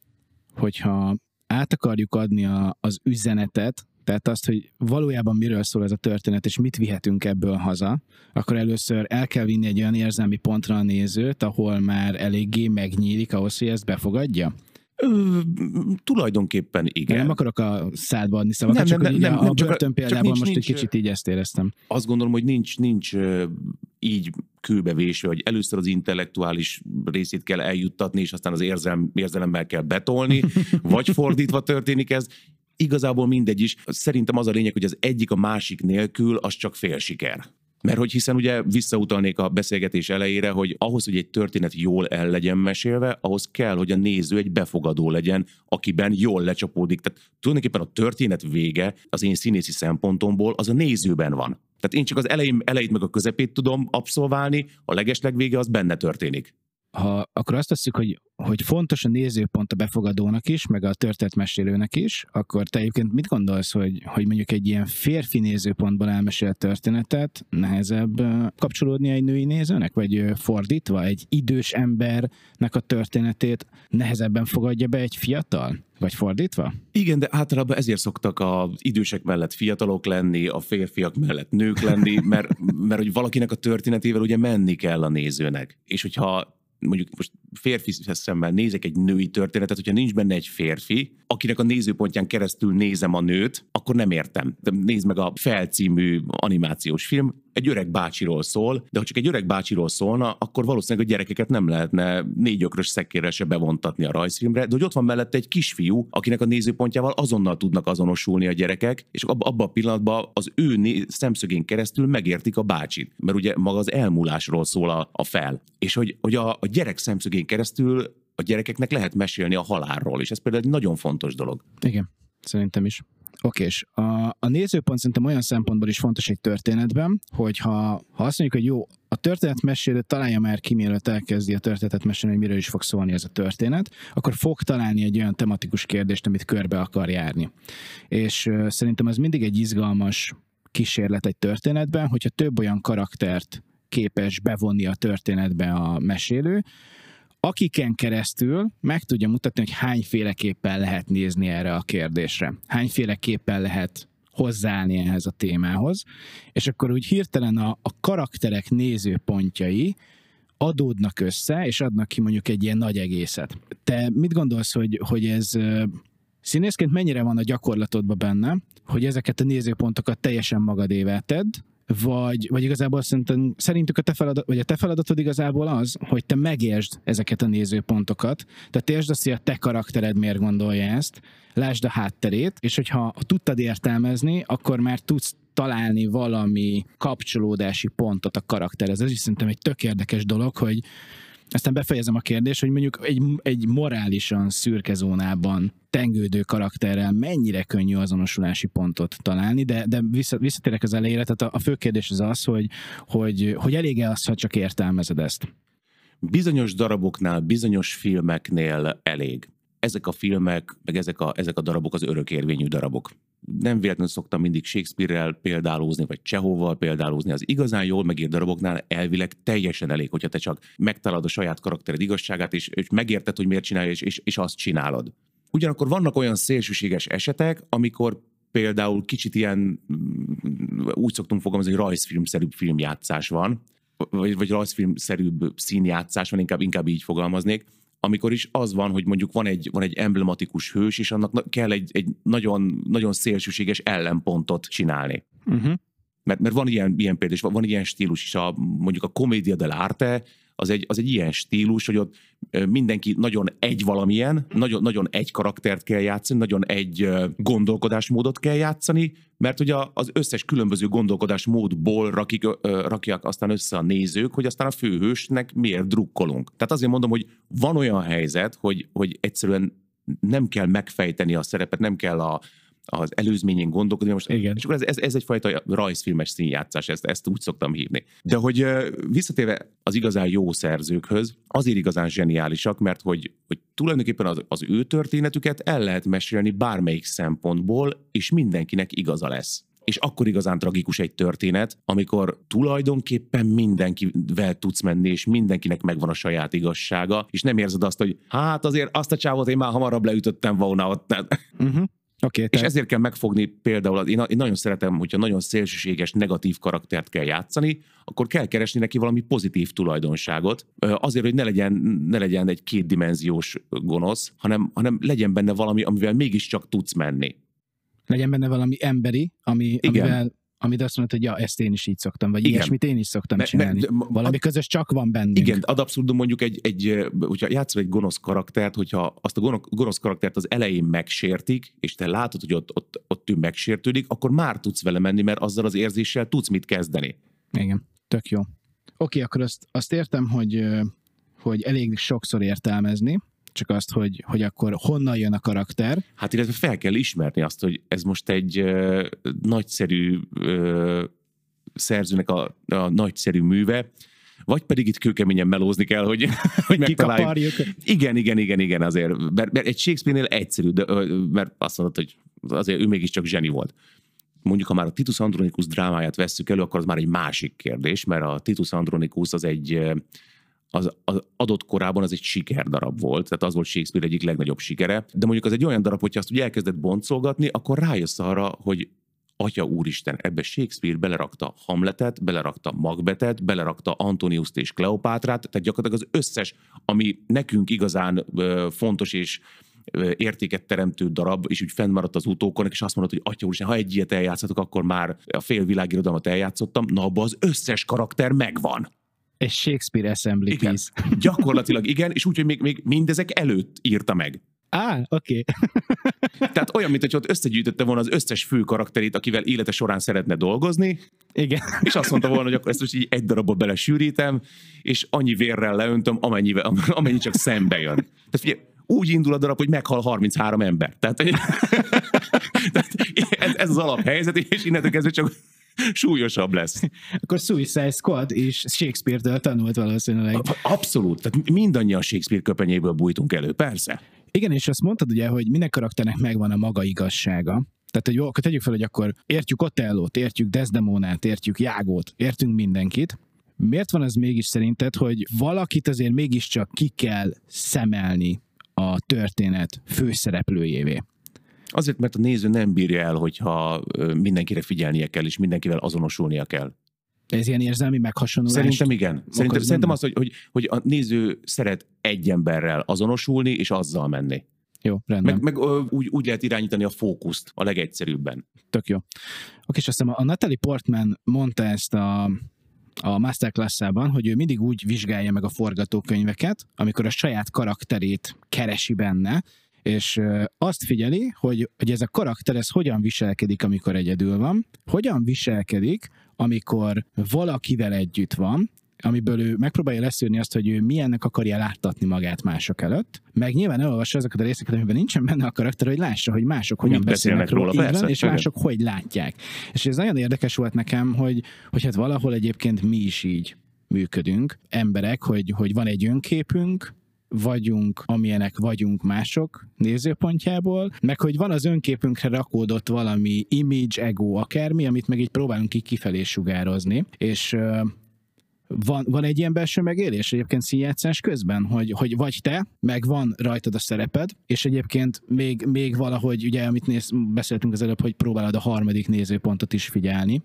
hogyha át akarjuk adni a, az üzenetet, tehát azt, hogy valójában miről szól ez a történet, és mit vihetünk ebből haza, akkor először el kell vinni egy olyan érzelmi pontra a nézőt, ahol már eléggé megnyílik ahhoz, hogy ezt befogadja? Ö, tulajdonképpen igen. Nem akarok a szádba adni szavakat, nem, csak nem, hogy nem, a, nem, a csak börtön a, példában nincs, most nincs, egy kicsit így ezt éreztem. Azt gondolom, hogy nincs, nincs így kőbevésve, hogy először az intellektuális részét kell eljuttatni, és aztán az érzelem, érzelemmel kell betolni, vagy fordítva történik ez. Igazából mindegy is. Szerintem az a lényeg, hogy az egyik a másik nélkül, az csak fél siker. Mert hogy hiszen ugye visszautalnék a beszélgetés elejére, hogy ahhoz, hogy egy történet jól el legyen mesélve, ahhoz kell, hogy a néző egy befogadó legyen, akiben jól lecsapódik. Tehát tulajdonképpen a történet vége az én színészi szempontomból az a nézőben van. Tehát én csak az elején, elejét meg a közepét tudom abszolválni, a legeslegvége az benne történik. Ha akkor azt tesszük, hogy, hogy fontos a nézőpont a befogadónak is, meg a történetmesélőnek is, akkor te egyébként mit gondolsz, hogy, hogy mondjuk egy ilyen férfi nézőpontból elmesélt történetet nehezebb kapcsolódni egy női nézőnek, vagy fordítva egy idős embernek a történetét nehezebben fogadja be egy fiatal? Vagy fordítva? Igen, de általában ezért szoktak az idősek mellett fiatalok lenni, a férfiak mellett nők lenni, mert, mert hogy valakinek a történetével ugye menni kell a nézőnek. És hogyha mondjuk most férfi szemmel nézek egy női történetet, hogyha nincs benne egy férfi, akinek a nézőpontján keresztül nézem a nőt, akkor nem értem. De nézd meg a Fel című animációs film, egy öreg bácsiról szól, de ha csak egy öreg bácsiról szólna, akkor valószínűleg a gyerekeket nem lehetne négy ökrös szekkérrel se bevontatni a rajzfilmre, de hogy ott van mellette egy kisfiú, akinek a nézőpontjával azonnal tudnak azonosulni a gyerekek, és abban a pillanatban az ő né- szemszögén keresztül megértik a bácsit, mert ugye maga az elmúlásról szól a, a Fel. És hogy, hogy a, a gyerek szemszögén keresztül a gyerekeknek lehet mesélni a halálról, és ez például egy nagyon fontos dolog. Igen, szerintem is. Oké, és a, a nézőpont szerintem olyan szempontból is fontos egy történetben, hogy ha, ha azt mondjuk, hogy jó, a történetmesélő találja már ki, mielőtt elkezdi a történetet mesélni, hogy miről is fog szólni ez a történet, akkor fog találni egy olyan tematikus kérdést, amit körbe akar járni. És uh, szerintem ez mindig egy izgalmas kísérlet egy történetben, hogyha több olyan karaktert képes bevonni a történetbe a mesélő, akiken keresztül meg tudja mutatni, hogy hányféleképpen lehet nézni erre a kérdésre. Hányféleképpen lehet hozzáállni ehhez a témához, és akkor úgy hirtelen a, a karakterek nézőpontjai adódnak össze, és adnak ki mondjuk egy ilyen nagy egészet. Te mit gondolsz, hogy, hogy ez színészként mennyire van a gyakorlatodban benne, hogy ezeket a nézőpontokat teljesen magadévá tedd, Vagy, vagy igazából szerintem, szerintük a te, feladat, vagy a te feladatod igazából az, hogy te megértsd ezeket a nézőpontokat, tehát értsd azt, hogy a te karaktered miért gondolja ezt, lásd a hátterét, és hogyha tudtad értelmezni, akkor már tudsz találni valami kapcsolódási pontot a karakterhez. Ez is szerintem egy tök érdekes dolog, hogy aztán befejezem a kérdést, hogy mondjuk egy, egy morálisan szürke zónában tengődő karakterrel mennyire könnyű azonosulási pontot találni, de, de visszatérek az elejére, tehát a, a fő kérdés az az, hogy, hogy, hogy elég-e az, ha csak értelmezed ezt? Bizonyos daraboknál, bizonyos filmeknél elég. Ezek a filmek, meg ezek a, ezek a darabok az örökérvényű darabok. Nem véletlenül szoktam mindig Shakespeare-rel példálózni, vagy Csehovval példálózni. Az igazán jól megírt daraboknál elvileg teljesen elég, hogyha te csak megtalálod a saját karaktered igazságát, és, és megérted, hogy miért csinálja, és, és, és azt csinálod. Ugyanakkor vannak olyan szélsőséges esetek, amikor például kicsit ilyen, úgy szoktunk fogalmazni, hogy rajzfilmszerűbb filmjátszás van, vagy, vagy rajzfilmszerűbb színjátszás van, inkább, inkább így fogalmaznék, amikor is az van, hogy mondjuk van egy, van egy emblematikus hős, és annak kell egy, egy nagyon, nagyon szélsőséges ellenpontot csinálni. Uh-huh. Mert, mert van ilyen, ilyen példa, és van ilyen stílus is, a, mondjuk a commedia dell'arte, az egy, az egy ilyen stílus, hogy ott mindenki nagyon egy valamilyen, nagyon, nagyon egy karaktert kell játszani, nagyon egy gondolkodásmódot kell játszani, mert ugye az összes különböző gondolkodásmódból rakik, rakják aztán össze a nézők, hogy aztán a főhősnek miért drukkolunk. Tehát azért mondom, hogy van olyan helyzet, hogy, hogy egyszerűen nem kell megfejteni a szerepet, nem kell a az előzményén gondolkodni. Most, és akkor ez, ez, ez egyfajta rajzfilmes színjátszás, ezt, ezt úgy szoktam hívni. De hogy visszatérve az igazán jó szerzőkhöz, azért igazán zseniálisak, mert hogy, hogy tulajdonképpen az, az ő történetüket el lehet mesélni bármelyik szempontból, és mindenkinek igaza lesz. És akkor igazán tragikus egy történet, amikor tulajdonképpen mindenkivel tudsz menni, és mindenkinek megvan a saját igazsága, és nem érzed azt, hogy hát azért azt a csávot én már hamarabb leütöttem volna ott. Uh-huh. Okay, és te... ezért kell megfogni például, én, én nagyon szeretem, hogyha nagyon szélsőséges, negatív karaktert kell játszani, akkor kell keresni neki valami pozitív tulajdonságot, azért, hogy ne legyen, ne legyen egy kétdimenziós gonosz, hanem, hanem legyen benne valami, amivel mégiscsak tudsz menni. Legyen benne valami emberi, ami, amivel... amit azt mondod, hogy ja, ezt én is így szoktam, vagy igen. Ilyesmit én is szoktam me, csinálni. Me, de, Valami ad, közös csak van bennünk. Igen, ad abszurdum mondjuk egy, egy, hogyha játszol egy gonosz karaktert, hogyha azt a gonosz karaktert az elején megsértik, és te látod, hogy ott, ott, ott ő megsértődik, akkor már tudsz vele menni, mert azzal az érzéssel tudsz mit kezdeni. Igen, tök jó. Oké, akkor azt, azt értem, hogy, hogy elég sokszor értelmezni, csak azt, hogy, hogy akkor honnan jön a karakter. Hát illetve fel kell ismerni azt, hogy ez most egy uh, nagyszerű uh, szerzőnek a, a nagyszerű műve, vagy pedig itt kőkeményen melózni kell, hogy, hogy megtaláljuk. Igen, igen, igen, igen, azért. Mert, mert egy Shakespeare-nél egyszerű, de, mert azt mondod, hogy azért ő mégiscsak zseni volt. Mondjuk, ha már a Titus Andronicus drámáját vesszük elő, akkor az már egy másik kérdés, mert a Titus Andronicus az egy az, az adott korában az egy sikerdarab volt, tehát az volt Shakespeare egyik legnagyobb sikere, de mondjuk az egy olyan darab, hogyha azt ugye elkezdett boncolgatni, akkor rájössz arra, hogy Atya úristen, ebbe Shakespeare belerakta Hamletet, belerakta Macbethet, belerakta Antoniust és Kleopátrát, tehát gyakorlatilag az összes, ami nekünk igazán ö, fontos és ö, értéket teremtő darab, és úgy fennmaradt az utókon, és azt mondod, hogy Atya úristen, ha egy ilyet eljátszatok, akkor már a fél világirodalmat eljátszottam, na abban az összes karakter megvan. Egy Shakespeare Assembly igen. Piece. Gyakorlatilag igen, és úgy, hogy még, még mindezek előtt írta meg. Á, oké. Okay. Tehát olyan, mint hogy ott összegyűjtötte volna az összes fő karakterét, akivel élete során szeretne dolgozni. Igen. És azt mondta volna, hogy akkor ezt most így egy darabba belesűrítem, és annyi vérrel leöntöm, amennyivel, amennyi csak szembe jön. Tehát figyelj, úgy indul a darab, hogy meghal harminchárom ember. Tehát, tehát ez, ez az alaphelyzet, és innentől kezdve csak súlyosabb lesz. Akkor Suicide Squad is Shakespeare-től tanult valószínűleg. Abszolút. Tehát mindannyian Shakespeare köpenyéből bújtunk elő, persze. Igen, és azt mondtad ugye, hogy minden karakternek megvan a maga igazsága. Tehát, hogy jó, akkor tegyük fel, hogy akkor értjük Otellót, értjük Desdemonát, értjük Jágót, értünk mindenkit. Miért van az mégis szerinted, hogy valakit azért mégiscsak ki kell szemelni a történet főszereplőjévé? Azért, mert a néző nem bírja el, hogyha mindenkire figyelnie kell, és mindenkivel azonosulnia kell. Ez ilyen érzelmi meghasonlulás? Szerintem igen. Szerintem, szerintem az, hogy, hogy, hogy a néző szeret egy emberrel azonosulni, és azzal menni. Jó, rendben. Meg, meg úgy, úgy lehet irányítani a fókuszt a legegyszerűbben. Tök jó. Oké, és azt hiszem a Natalie Portman mondta ezt a, a masterclass-ában, hogy ő mindig úgy vizsgálja meg a forgatókönyveket, amikor a saját karakterét keresi benne, és azt figyeli, hogy, hogy ez a karakter ez hogyan viselkedik, amikor egyedül van, hogyan viselkedik, amikor valakivel együtt van, amiből ő megpróbálja leszűrni azt, hogy ő milyennek akarja láttatni magát mások előtt, meg nyilván elolvassa azokat a részeket, amiben nincsen benne a karakter, hogy lássa, hogy mások hogyan mit beszélnek róla, róla persze, van, és mások hogy látják. És ez nagyon érdekes volt nekem, hogy, hogy hát valahol egyébként mi is így működünk, emberek, hogy, hogy van egy önképünk, vagyunk, amilyenek vagyunk mások nézőpontjából, meg hogy van az önképünkre rakódott valami image, ego, akármi, amit meg így próbálunk így kifelé sugározni, és uh, van, van egy ilyen belső megélés egyébként színjátszás közben, hogy, hogy vagy te, meg van rajtad a szereped, és egyébként még, még valahogy, ugye, amit néz, beszéltünk az előbb, hogy próbálod a harmadik nézőpontot is figyelni.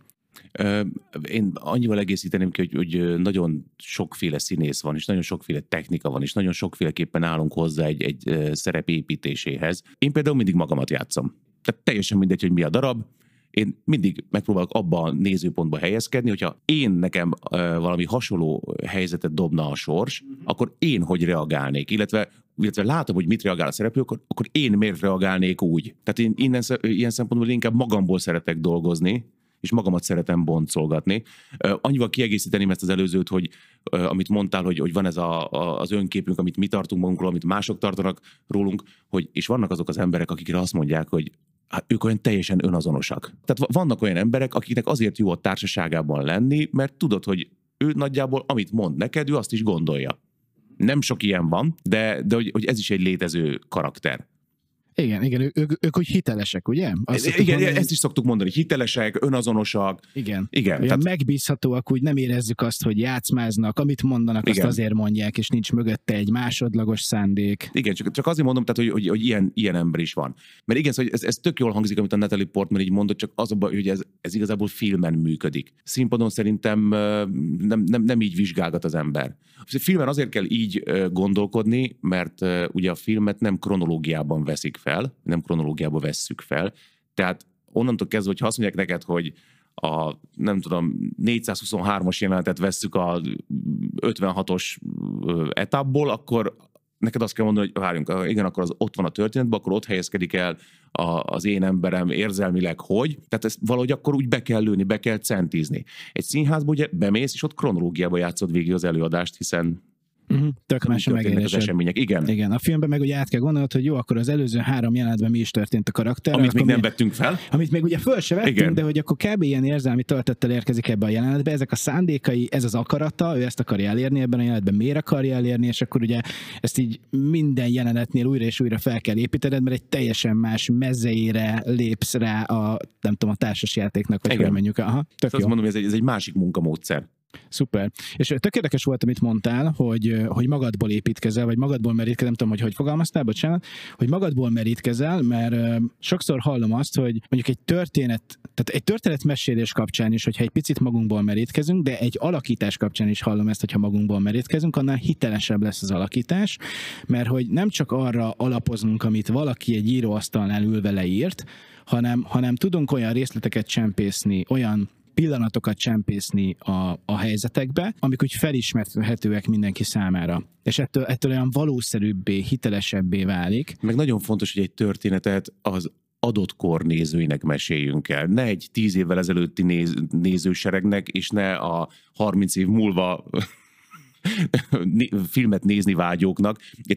Én annyival egészíteném ki, hogy, hogy nagyon sokféle színész van, és nagyon sokféle technika van, és nagyon sokféleképpen állunk hozzá egy, egy szerep építéséhez. Én például mindig magamat játszom. Tehát teljesen mindegy, hogy mi a darab. Én mindig megpróbálok abban a nézőpontba helyezkedni, hogyha én nekem valami hasonló helyzetet dobna a sors, akkor én hogy reagálnék, illetve illetve látom, hogy mit reagál a szereplő, akkor, akkor én miért reagálnék úgy. Tehát én innen, ilyen szempontból inkább magamból szeretek dolgozni, és magamat szeretem boncolgatni. Annyival kiegészíteném ezt az előzőt, hogy amit mondtál, hogy, hogy van ez a, a, az önképünk, amit mi tartunk magunkról, amit mások tartanak rólunk, hogy, és vannak azok az emberek, akikre azt mondják, hogy hát ők olyan teljesen önazonosak. Tehát vannak olyan emberek, akiknek azért jó a társaságában lenni, mert tudod, hogy ő nagyjából, amit mond neked, ő azt is gondolja. Nem sok ilyen van, de, de hogy, hogy ez is egy létező karakter. Igen, igen, ő, ők, ők úgy hitelesek, ugye? Azt igen, mondani, ezt hogy... is szoktuk mondani, hitelesek, önazonosak. Igen, igen tehát... megbízhatóak, úgy nem érezzük azt, hogy játszmáznak, amit mondanak, igen. Azt azért mondják, és nincs mögötte egy másodlagos szándék. Igen, csak, csak azért mondom, tehát, hogy, hogy, hogy ilyen, ilyen ember is van. Mert igen, szóval ez, ez tök jól hangzik, amit a Natalie Portman így mondott, csak az a baj, hogy ez, ez igazából filmen működik. Színpadon szerintem nem, nem, nem így vizsgálgat az ember. A filmen azért kell így gondolkodni, mert ugye a filmet nem kronológiában veszik fel, nem kronológiába vesszük fel. Tehát onnantól kezdve, hogyha azt mondják neked, hogy a, nem tudom, négyszázhuszonhármas jelenetet vesszük a ötvenhatos etapból, akkor neked azt kell mondani, hogy várjunk, igen, akkor az ott van a történetben, akkor ott helyezkedik el a, az én emberem érzelmileg, hogy. Tehát ezt valahogy akkor úgy be kell lőni, be kell centizni. Egy színházba ugye bemész, és ott kronológiába játszod végig az előadást, hiszen Uh-huh. Tök más a megélésed. Igen. Igen. A filmben meg ugye át kell gondolnod, hogy jó, akkor az előző három jelenetben mi is történt a karakterrel. Amit még nem mi... vettünk fel. Amit még ugye föl se vettünk, igen. De hogy akkor kb. Ilyen érzelmi töltettel érkezik ebbe a jelenetbe, ezek a szándékai, ez az akarata, ő ezt akarja elérni ebben a jelenetben, miért akarja elérni, és akkor ugye ezt így minden jelenetnél újra és újra fel kell építened, mert egy teljesen más mezeire lépsz rá a, nem tudom, a társasjátéknak, vagy hogy mondjuk. Aha, tök azt mondom, ez egy, ez egy másik munkamódszer. Szuper. És tök érdekes volt, amit mondtál, hogy, hogy magadból építkezel, vagy magadból merítkezel, nem tudom, hogy hogy fogalmaztál, bocsánat, hogy magadból merítkezel, mert uh, sokszor hallom azt, hogy mondjuk egy történet, tehát egy történetmesélés kapcsán is, hogyha egy picit magunkból merítkezünk, de egy alakítás kapcsán is hallom ezt, hogyha magunkból merítkezünk, annál hitelesebb lesz az alakítás, mert hogy nem csak arra alapozunk, amit valaki egy íróasztalnál ülve leírt, hanem, hanem tudunk olyan részleteket csempészni, olyan pillanatokat csempészni a, a helyzetekbe, amik úgy felismerhetőek mindenki számára. És ettől, ettől olyan valószerűbbé, hitelesebbé válik. Meg nagyon fontos, hogy egy történetet az adott kor nézőinek meséljünk el. Ne egy tíz évvel ezelőtti néz, nézőseregnek, és ne a harminc év múlva filmet nézni vágyóknak.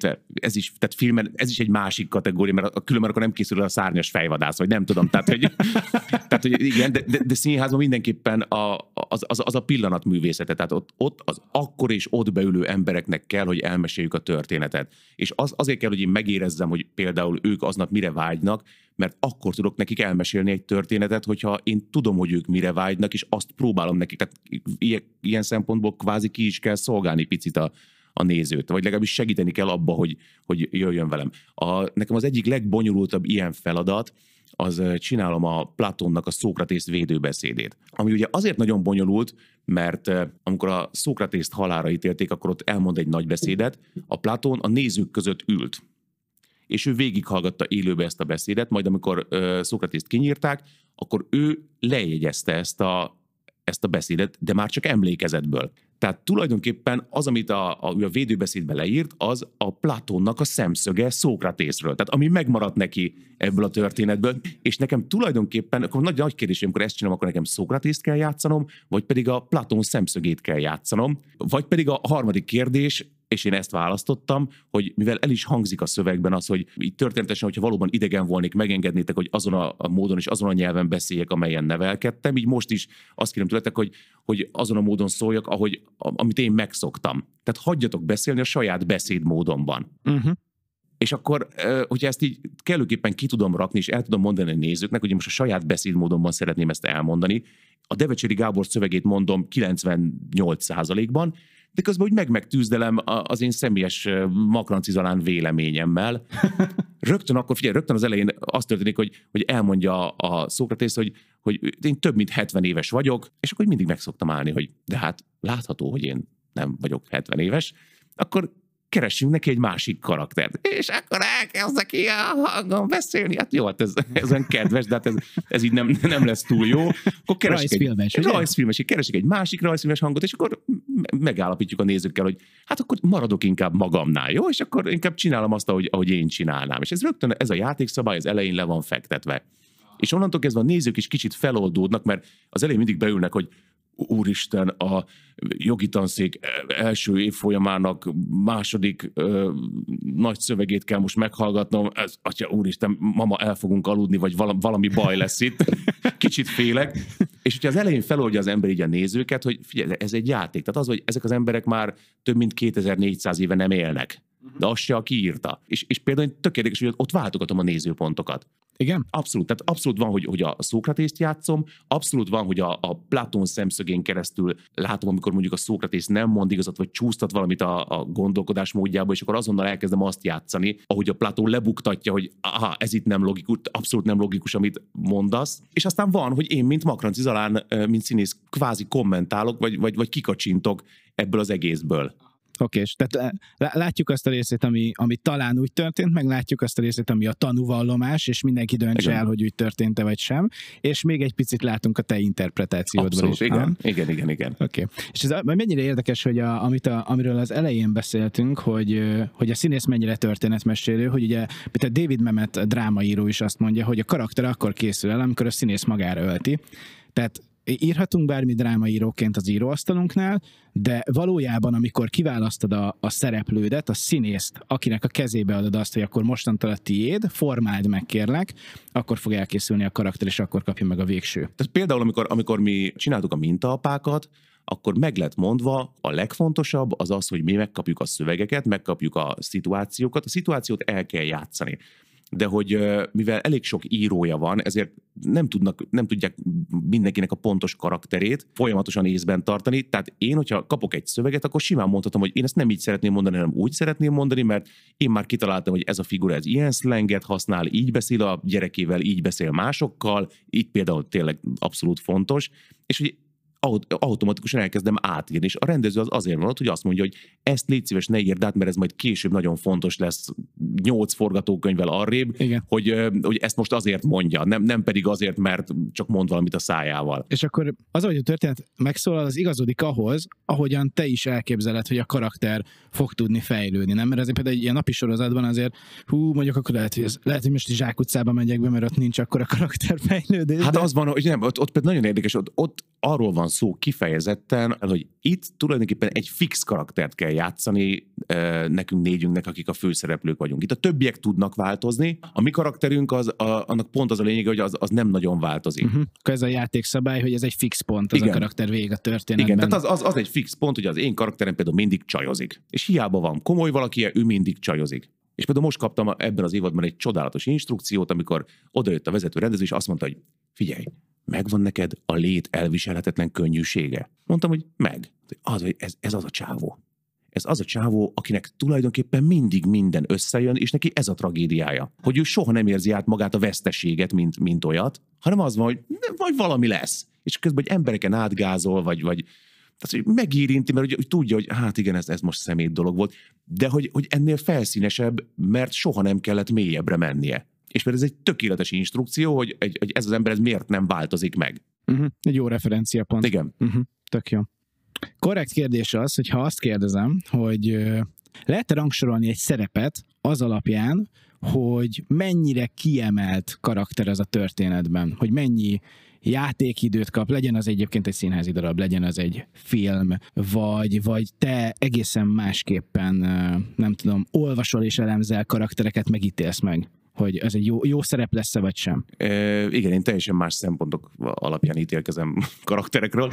Ez is, tehát filmen, ez is egy másik kategória, mert különben akkor nem készül a szárnyas fejvadász, vagy nem tudom. Tehát, hogy, tehát, hogy igen, de, de, de színházban mindenképpen a, az, az, az a pillanatművészete. Tehát ott, ott az akkor és ott beülő embereknek kell, hogy elmeséljük a történetet. És az, azért kell, hogy én megérezzem, hogy például ők aznap mire vágynak, mert akkor tudok nekik elmesélni egy történetet, hogyha én tudom, hogy ők mire vágynak, és azt próbálom nekik. Tehát ilyen, ilyen szempontból kvázi ki is kell szolgálni picit a, a nézőt, vagy legalábbis segíteni kell abba, hogy, hogy jöjjön velem. A, nekem az egyik legbonyolultabb ilyen feladat, az csinálom a Platónnak a Szókratész védőbeszédét. Ami ugye azért nagyon bonyolult, mert amikor a Szókratészt halálra ítélték, akkor ott elmond egy nagy beszédet, a Platón a nézők között ült. És ő végighallgatta élőbe ezt a beszédet, majd amikor uh, Szókratészt kinyírták, akkor ő lejegyezte ezt a, ezt a beszédet, de már csak emlékezetből. Tehát tulajdonképpen az, amit a, a, a védőbeszédbe leírt, az a Platónnak a szemszöge Szókratészről. Tehát ami megmaradt neki ebből a történetből, és nekem tulajdonképpen, akkor nagy, nagy kérdés, amikor ezt csinálom, akkor nekem Szókratészt kell játszanom, vagy pedig a Platón szemszögét kell játszanom, vagy pedig a harmadik kérdés, és én ezt választottam, hogy mivel el is hangzik a szövegben az, hogy így történetesen, hogyha valóban idegen volnék, megengednétek, hogy azon a, a módon és azon a nyelven beszéljek, amelyen nevelkedtem, így most is azt kérem tőletek, hogy, hogy azon a módon szóljak, ahogy, amit én megszoktam. Tehát hagyjatok beszélni a saját beszédmódomban. Uh-huh. És akkor, hogyha ezt így kellőképpen ki tudom rakni, és el tudom mondani a nézőknek, hogy most a saját beszédmódomban szeretném ezt elmondani, a Devecseri Gábor szövegét mondom kilencvennyolc százalékban, de közben úgy meg-megtűzdelem az én személyes makrancizalán véleményemmel. Rögtön akkor, figyelj, rögtön az elején az történik, hogy, hogy elmondja a Szókratész, hogy, hogy én több mint hetven éves vagyok, és akkor mindig meg szoktam állni, hogy de hát látható, hogy én nem vagyok hetven éves, akkor keressünk neki egy másik karaktert. És akkor elkezdek ilyen hangon beszélni. Hát jó, hát ez, ez olyan kedves, de hát ez, ez így nem, nem lesz túl jó. Akkor keresik egy, rajzfilmes, keresik egy másik rajzfilmes hangot, és akkor megállapítjuk a nézőkkel, hogy hát akkor maradok inkább magamnál, jó? És akkor inkább csinálom azt, ahogy, ahogy én csinálnám. És ez rögtön, ez a játékszabály az elején le van fektetve. És onnantól kezdve a nézők is kicsit feloldódnak, mert az elején mindig beülnek, hogy úristen, a jogi tanszék első évfolyamának második ö, nagy szövegét kell most meghallgatnom, ez, atya úristen, mama, el fogunk aludni, vagy valami, valami baj lesz itt. Kicsit félek. És hogyha az elején feloldja az ember így a nézőket, hogy figyelj, ez egy játék. Tehát az, hogy ezek az emberek már több mint kétezer-négyszáz éve nem élnek. De az se, aki írta. És, és például tök érdekes, hogy ott váltogatom a nézőpontokat. Igen? Abszolút. Tehát abszolút van, hogy, hogy a Szókratészt játszom, abszolút van, hogy a, a Platón szemszögén keresztül látom, amikor mondjuk a Szókratész nem mond igazat, vagy csúsztat valamit a, a gondolkodás módjába, és akkor azonnal elkezdem azt játszani, ahogy a Platón lebuktatja, hogy aha, ez itt nem logikus, abszolút nem logikus, amit mondasz. És aztán van, hogy én, mint Makranci Zalán, mint színész, kvázi kommentálok, vagy, vagy, vagy kikacsintok ebből az egészből. Oké, és tehát látjuk azt a részét, ami, ami talán úgy történt, meg látjuk azt a részét, ami a tanúvallomás, és mindenki döntse el, hogy úgy történt-e vagy sem, és még egy picit látunk a te interpretációdban is. Igen, igen, igen, igen. Oké. És ez mennyire érdekes, hogy a, amit a, amiről az elején beszéltünk, hogy, hogy a színész mennyire történetmesélő, hogy ugye a David Mamet, a drámaíró is azt mondja, hogy a karakter akkor készül el, amikor a színész magára ölti. Tehát írhatunk bármi drámaíróként az íróasztalunknál, de valójában, amikor kiválasztod a, a szereplődet, a színészt, akinek a kezébe adod azt, hogy akkor mostantól a tiéd, formáld meg, kérlek, akkor fog elkészülni a karakter, és akkor kapja meg a végső. Tehát például, amikor, amikor mi csináltuk a mintaapákat, akkor meg lett mondva, a legfontosabb az az, hogy mi megkapjuk a szövegeket, megkapjuk a szituációkat, a szituációt el kell játszani. De hogy mivel elég sok írója van, ezért nem, tudnak, nem tudják mindenkinek a pontos karakterét folyamatosan észben tartani. Tehát én, hogyha kapok egy szöveget, akkor simán mondhatom, hogy én ezt nem így szeretném mondani, hanem úgy szeretném mondani, mert én már kitaláltam, hogy ez a figura ez ilyen szlenget használ, így beszél a gyerekével, így beszél másokkal, így például tényleg abszolút fontos, és hogy automatikusan elkezdem átírni, és a rendező az azért van ott, hogy azt mondja, hogy ezt légy szíves, ne írd át, mert ez majd később nagyon fontos lesz nyolc forgatókönyvvel arrébb, hogy, hogy ezt most azért mondja, nem, nem pedig azért, mert csak mond valamit a szájával. És akkor az, hogy a történet megszólal, az igazodik ahhoz, ahogyan te is elképzeled, hogy a karakter fog tudni fejlődni, nem? Mert azért például egy ilyen napi sorozatban azért, hú, mondjuk akkor lehet, hogy, ez, lehet, hogy most Zsák utcába megyek be, mert ott nincs akkor a karakterfejlődés. Hát de... az van, hogy nem, ott, ott például nagyon érdekes, ott, ott arról van szó kifejezetten, hogy itt tulajdonképpen egy fix karaktert kell játszani nekünk négyünknek, akik a főszereplők vagyunk. Itt a többiek tudnak változni, a mi karakterünk az, a, annak pont az a lényege, hogy az, az nem nagyon változik. Uh-huh. Ez a játékszabály, hogy ez egy fix pont, az Igen. a karakter végig a történetben. Igen, tehát az, az, az egy fix pont, hogy az én karakterem például mindig csajozik. És hiába van komoly valaki, ő mindig csajozik. És például most kaptam ebben az évadban egy csodálatos instrukciót, amikor odajött a vezető rendező, és azt mondta, hogy figyelj, megvan neked a lét elviselhetetlen könnyűsége? Mondtam, hogy meg. Az, ez, ez az a csávó. Ez az a csávó, akinek tulajdonképpen mindig minden összejön, és neki ez a tragédiája. Hogy ő soha nem érzi át magát a veszteséget, mint, mint olyat, hanem az van, hogy vagy valami lesz. És közben, hogy embereken átgázol, vagy, vagy tehát, hogy megérinti, mert hogy, hogy tudja, hogy hát igen, ez, ez most szemét dolog volt, de hogy, hogy ennél felszínesebb, mert soha nem kellett mélyebbre mennie. És mert ez egy tökéletes instrukció, hogy, egy, hogy ez az ember ez miért nem változik meg. Uh-huh. Egy jó referenciapont. Igen. Uh-huh. Tök jó. Korrekt kérdés az, hogy ha azt kérdezem, hogy lehet-e rangsorolni egy szerepet az alapján, hogy mennyire kiemelt karakter ez a történetben, hogy mennyi játékidőt kap, legyen az egyébként egy színházi darab, legyen az egy film, vagy, vagy te egészen másképpen, nem tudom, olvasol és elemzel karaktereket, megítélsz meg, hogy ez egy jó, jó szerep lesz-e, vagy sem? E, igen, én teljesen más szempontok alapján ítélkezem karakterekről.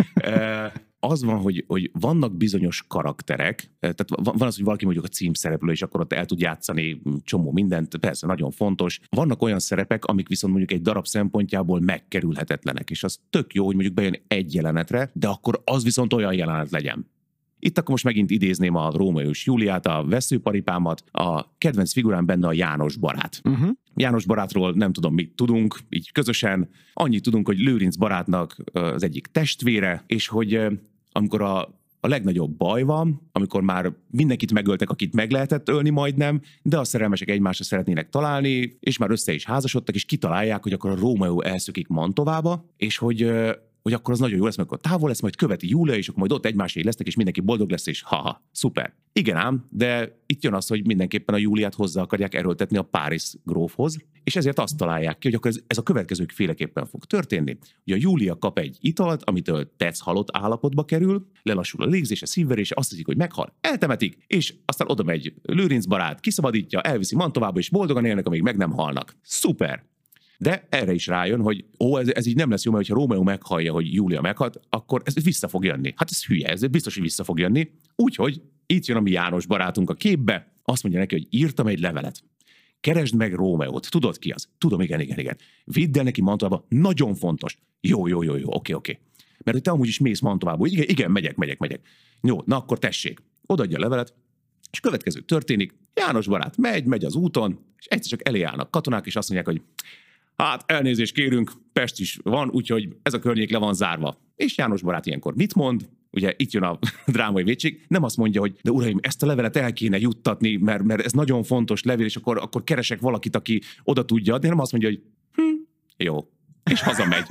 E, az van, hogy, hogy vannak bizonyos karakterek, tehát van az, hogy valaki mondjuk a címszereplő, és akkor ott el tud játszani csomó mindent, persze nagyon fontos. Vannak olyan szerepek, amik viszont mondjuk egy darab szempontjából megkerülhetetlenek, és az tök jó, hogy mondjuk bejön egy jelenetre, de akkor az viszont olyan jelenet legyen. Itt akkor most megint idézném a Rómeó és Júliát, a veszőparipámat, a kedvenc figurám benne a János barát. Uh-huh. János barátról nem tudom, mit tudunk, így közösen. Annyit tudunk, hogy Lőrinc barátnak az egyik testvére, és hogy amikor a, a legnagyobb baj van, amikor már mindenkit megöltek, akit meg lehetett ölni majdnem, de a szerelmesek egymásra szeretnének találni, és már össze is házasodtak, és kitalálják, hogy akkor a Rómeó elszökik Mantovába, és hogy... hogy akkor az nagyon jó lesz, mert akkor távol lesz, majd követi Júlia, és akkor majd ott egymásé lesznek, és mindenki boldog lesz, és haha, szuper. Igen ám, de itt jön az, hogy mindenképpen a Júliát hozzá akarják erőltetni a Párizs grófhoz, és ezért azt találják ki, hogy akkor ez, ez a következők féleképpen fog történni. Hogy a Júlia kap egy italt, amitől tetsz halott állapotba kerül, lelassul a légzése, szívverése, azt hiszik, hogy meghal, eltemetik, és aztán oda megy Lőrinc barát, kiszabadítja, elviszi Mantovába, és boldogan élnek, amíg meg nem halnak. Szuper! De erre is rájön, hogy ó, ez, ez így nem lesz jó, mert ha Rómeó meghallja, hogy Júlia meghalt, akkor ez vissza fog jönni. Hát ez hülye, ez biztos, hogy vissza fog jönni. Úgyhogy itt jön a mi János barátunk a képbe, azt mondja neki, hogy írtam egy levelet. Keresd meg Rómeót. Tudod ki az? Tudom, igen, igen, igen. Vidd el neki Mantovába, nagyon fontos. Jó, jó, jó, jó, oké, oké. Mert hogy te amúgy is mész Mantovába. Igen, igen, megyek, megyek, megyek. Jó, na akkor tessék. Odaadja a levelet, és következő történik. János barát megy, megy az úton, és egyszer csak elé állnak katonák, és azt mondják, hogy hát elnézést kérünk, Pest is van, úgyhogy ez a környék le van zárva. És János barát ilyenkor mit mond? ugye itt jön a drámai vétség, nem azt mondja, hogy de uraim, ezt a levelet el kéne juttatni, mert, mert ez nagyon fontos levél, és akkor, akkor keresek valakit, aki oda tudja adni, hanem azt mondja, hogy hm, jó, és hazamegy.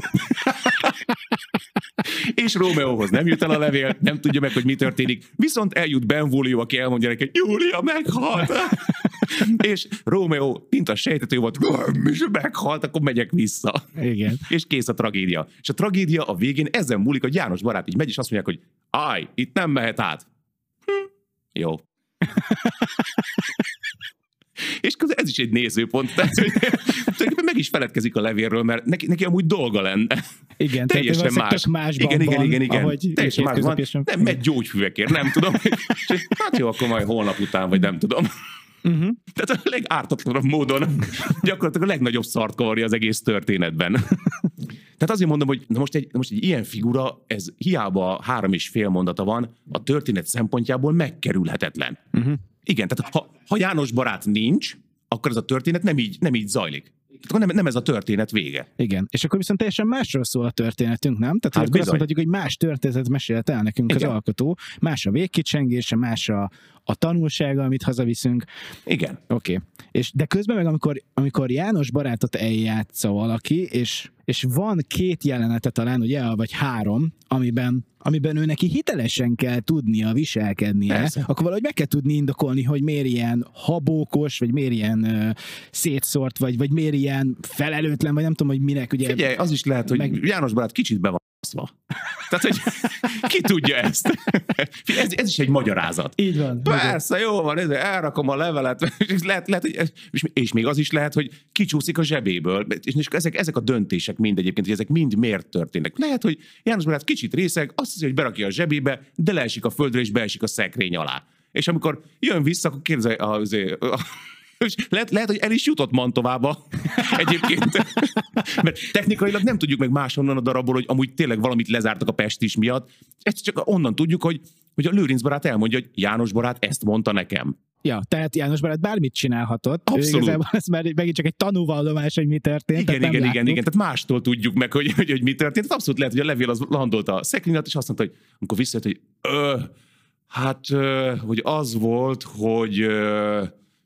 És Rómeóhoz nem jut el a levél, nem tudja meg, hogy mi történik, viszont eljut Benvolio, aki elmondja neki, hogy Júlia meghalt. És Rómeó, mint a sejtető volt, és meghalt, akkor megyek vissza. Igen. És kész a tragédia. És a tragédia a végén ezen múlik, hogy János barát így megy, és azt mondják, hogy állj, itt nem mehet át. Hm, jó. És ez is egy nézőpont. Tehát, hogy meg is feledkezik a levélről, mert neki, neki amúgy dolga lenne. Igen, teljesen más. Igen, igen, igen, igen. Ahogy teljesen más van. Nem, megy gyógyfüvekért, nem tudom. Hát jó, akkor majd holnap után, vagy nem tudom. Uh-huh. Tehát a legártatlanabb módon gyakorlatilag a legnagyobb szart kavarja az egész történetben. Tehát azért mondom, hogy na most, egy, most egy ilyen figura, ez hiába három és fél mondata van, a történet szempontjából megkerülhetetlen. Uh-huh. Igen, tehát ha, ha János barát nincs, akkor ez a történet nem így, nem így zajlik. Tehát nem, nem ez a történet vége. Igen, és akkor viszont teljesen másról szól a történetünk, nem? Tehát hát akkor azt mondhatjuk, hogy más történetet mesélt el nekünk igen. az alkotó, más a végkicsengése, más a, a tanulsága, amit hazaviszünk. Igen. Oké. Okay. És de közben meg, amikor, amikor János barátot eljátsza valaki, és, és van két jelenete talán, ugye, vagy három, amiben, amiben ő neki hitelesen kell tudnia viselkednie, persze. Akkor valahogy meg kell tudni indokolni, hogy miért ilyen habókos, vagy miért ilyen uh, szétszórt, vagy, vagy miért ilyen felelőtlen, vagy nem tudom, hogy minek. Ugye, figyelj, az is lehet, hogy meg... János barát kicsit be van baszva. Tehát, hogy ki tudja ezt? Ez, ez is egy magyarázat. Így van. Persze, jó van, elrakom a levelet, lehet, lehet, és, és még az is lehet, hogy kicsúszik a zsebéből. És ezek, ezek a döntések mind egyébként, hogy ezek mind miért történnek. Lehet, hogy János barát kicsit részeg, azt hiszi, hogy berakja a zsebébe, de leesik a földre, és beesik a szekrény alá. És amikor jön vissza, akkor kérdezi az... Lehet, lehet, hogy el is jutott Mantovába egyébként. Mert technikailag nem tudjuk meg máshonnan a darabból, hogy amúgy tényleg valamit lezártak a Pestis miatt. Ezt csak onnan tudjuk, hogy, hogy a Lőrinc barát elmondja, hogy János barát ezt mondta nekem. Ja, tehát János barát bármit csinálhatott. Abszolút. Igazából ez már megint csak egy tanúvallomás, hogy mi történt. Igen, igen, igen, igen. Tehát mástól tudjuk meg, hogy, hogy, hogy mi történt. Tehát abszolút lehet, hogy a levél az landolt a szekrény, és azt mondta, hogy amikor visszajött, hogy ö, hát, ö, hogy az volt, hogy... Ö,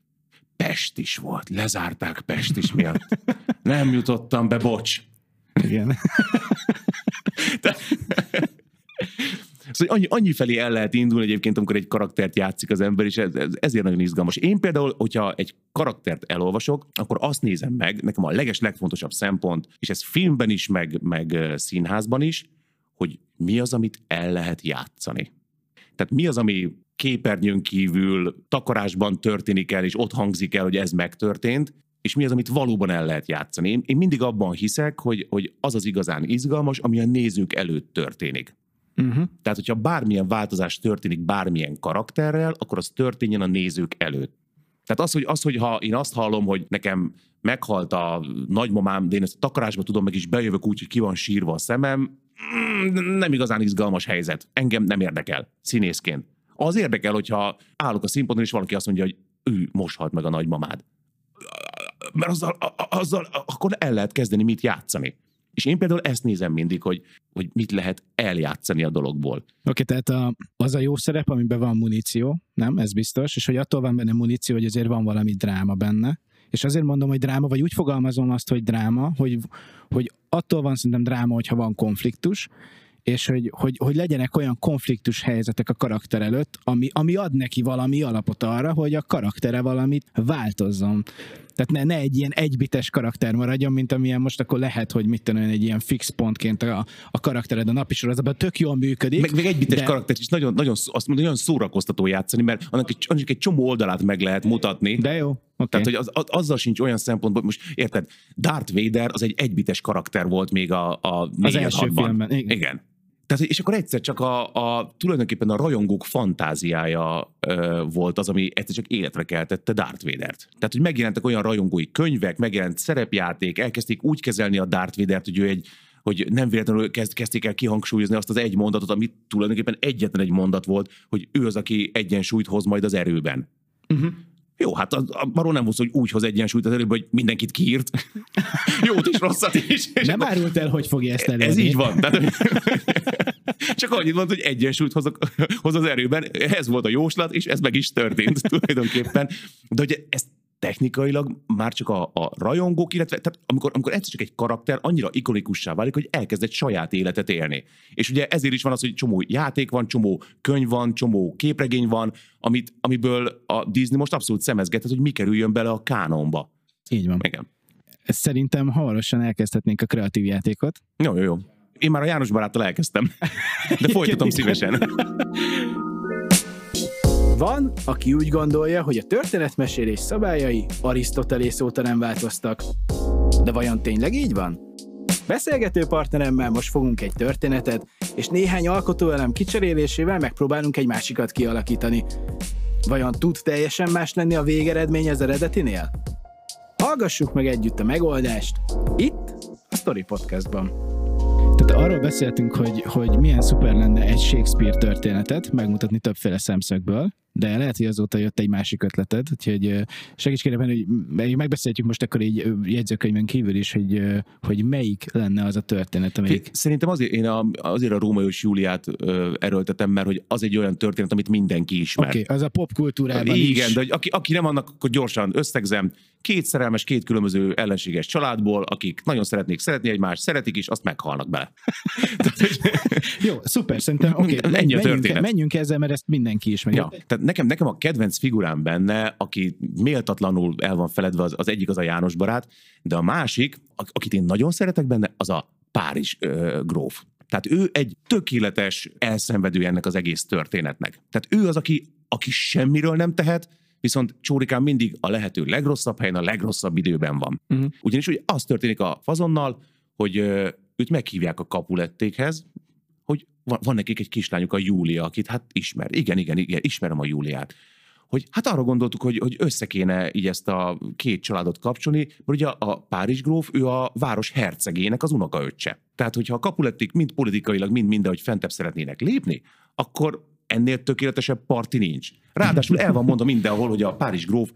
Pest is volt, lezárták Pest is miatt. Nem jutottam be, bocs. Igen. De... Szóval annyi, annyi felé el lehet indulni egyébként, amikor egy karaktert játszik az ember, és ez, ez, ezért nagyon izgalmas. Én például, hogyha egy karaktert elolvasok, akkor azt nézem meg, nekem a leges legfontosabb szempont, és ez filmben is, meg, meg színházban is, hogy mi az, amit el lehet játszani. Tehát mi az, ami képernyőn kívül takarásban történik el, és ott hangzik el, hogy ez megtörtént, és mi az, amit valóban el lehet játszani. Én, én mindig abban hiszek, hogy, hogy az az igazán izgalmas, ami a nézők előtt történik. Uh-huh. Tehát, hogyha bármilyen változás történik bármilyen karakterrel, akkor az történjen a nézők előtt. Tehát az, hogy, az, hogy ha én azt hallom, hogy nekem meghalt a nagymamám, de én ezt a takarásba tudom meg, és bejövök úgy, hogy ki van sírva a szemem, nem igazán izgalmas helyzet. Engem nem érdekel színészként. Az érdekel, hogyha állok a színpadon, és valaki azt mondja, hogy ő most halt meg a nagymamád. Mert azzal, azzal akkor el lehet kezdeni mit játszani. És én például ezt nézem mindig, hogy, hogy mit lehet eljátszani a dologból. Oké, okay, tehát a, az a jó szerep, amiben van muníció, nem? Ez biztos. És hogy attól van benne muníció, hogy azért van valami dráma benne. És azért mondom, hogy dráma, vagy úgy fogalmazom azt, hogy dráma, hogy, hogy attól van szerintem dráma, hogyha van konfliktus, és hogy, hogy, hogy legyenek olyan konfliktus helyzetek a karakter előtt, ami, ami ad neki valami alapot arra, hogy a karaktere valamit változzon. Tehát ne, ne egy ilyen egybites karakter maradjon, mint amilyen most akkor lehet, hogy mit tenni egy ilyen fix pontként a, a karaktered a napi sorozatban, tök jól működik. Meg, meg egybites de... karakter is nagyon, nagyon, azt mondom, nagyon szórakoztató játszani, mert annak egy, annak egy csomó oldalát meg lehet mutatni. De jó. Okay. Tehát, hogy az, az, azzal sincs olyan szempontból, most érted, Darth Vader az egy egybites karakter volt még a, a az első filmben. Igen. Igen. Tehát, és akkor egyszer csak a, a tulajdonképpen a rajongók fantáziája ö, volt az, ami egyszer csak életre keltette Darth Vadert. Tehát, hogy megjelentek olyan rajongói könyvek, megjelent szerepjáték, elkezdték úgy kezelni a Darth Vadert, hogy ő egy, hogy nem véletlenül kezd, kezdték el kihangsúlyozni azt az egy mondatot, ami tulajdonképpen egyetlen egy mondat volt, hogy ő az, aki egyensúlyt hoz majd az erőben. Uh-huh. Jó, hát arról nem volt, hogy úgy hoz egyensúlyt az erőben, hogy mindenkit kiírt. Jót is, rosszat is. Nem árult el, hogy fogja ezt elérni. Ez így van. Tehát, és csak annyit mondta, hogy egyensúlyt hozok, hoz az erőben. Ez volt a jóslat, és ez meg is történt tulajdonképpen. De ugye ezt technikailag már csak a, a rajongók, illetve tehát amikor, amikor egyszer csak egy karakter annyira ikonikussá válik, hogy elkezd egy saját életet élni. És ugye ezért is van az, hogy csomó játék van, csomó könyv van, csomó képregény van, amit, amiből a Disney most abszolút szemezgetett, hogy mi kerüljön bele a kánonba. Így van. Igen. Szerintem hamarosan elkezdhetnénk a kreatív játékot. Jó, jó, jó. Én már a János baráttal elkezdtem, de folytatom szívesen. Van, aki úgy gondolja, hogy a történetmesélés szabályai Arisztotelész óta nem változtak. De vajon tényleg így van? Beszélgető partneremmel most fogunk egy történetet, és néhány alkotóelem kicserélésével megpróbálunk egy másikat kialakítani. Vajon tud teljesen más lenni a végeredmény az eredetinél? Hallgassuk meg együtt a megoldást, itt a Story Podcastban. Tehát arról beszéltünk, hogy, hogy milyen szuper lenne egy Shakespeare történetet megmutatni többféle szemszögből, de lehet, hogy azóta jött egy másik ötleted, úgyhogy segíts kérem, hogy megbeszéljük most akkor így jegyzőkönyvön kívül is, hogy, hogy melyik lenne az a történet, amelyik... Szerintem azért én a, azért a Rómeó és Júliát ö, erőltetem, mert hogy az egy olyan történet, amit mindenki ismer. Oké, okay, az a popkultúrában is. Igen, de hogy aki, aki nem annak, akkor gyorsan összegzem. Két szerelmes, két különböző ellenséges családból, akik nagyon szeretnék szeretni egymást, szeretik is, azt meghalnak bele. Tehát, hogy... Jó, szuper, szerintem oké, okay, ennyi a menjünk, történet. menjünk ezzel, mert ezt mindenki ismeri. Ja, tehát nekem, nekem a kedvenc figurám benne, aki méltatlanul el van feledve, az, az egyik az a János barát, de a másik, akit én nagyon szeretek benne, az a Párizs ö, gróf. Tehát ő egy tökéletes elszenvedő ennek az egész történetnek. Tehát ő az, aki, aki semmiről nem tehet, viszont csórikán mindig a lehető legrosszabb helyen, a legrosszabb időben van. Uh-huh. Ugyanis ugye az történik a Fazonnal, hogy ö, őt meghívják a Capulettékhez, hogy van, van nekik egy kislányuk, a Júlia, akit hát ismer. Igen, igen, igen, ismerem a Júliát. Hogy hát arra gondoltuk, hogy, hogy össze kéne így ezt a két családot kapcsolni, mert ugye a Párizs gróf, ő a város hercegének az unokaöccse. Tehát, hogyha a Capulették mind politikailag, mind mindenhogy fentebb szeretnének lépni, akkor ennél tökéletesebb parti nincs. Ráadásul el van mondva mindenhol, hogy a Párizs gróf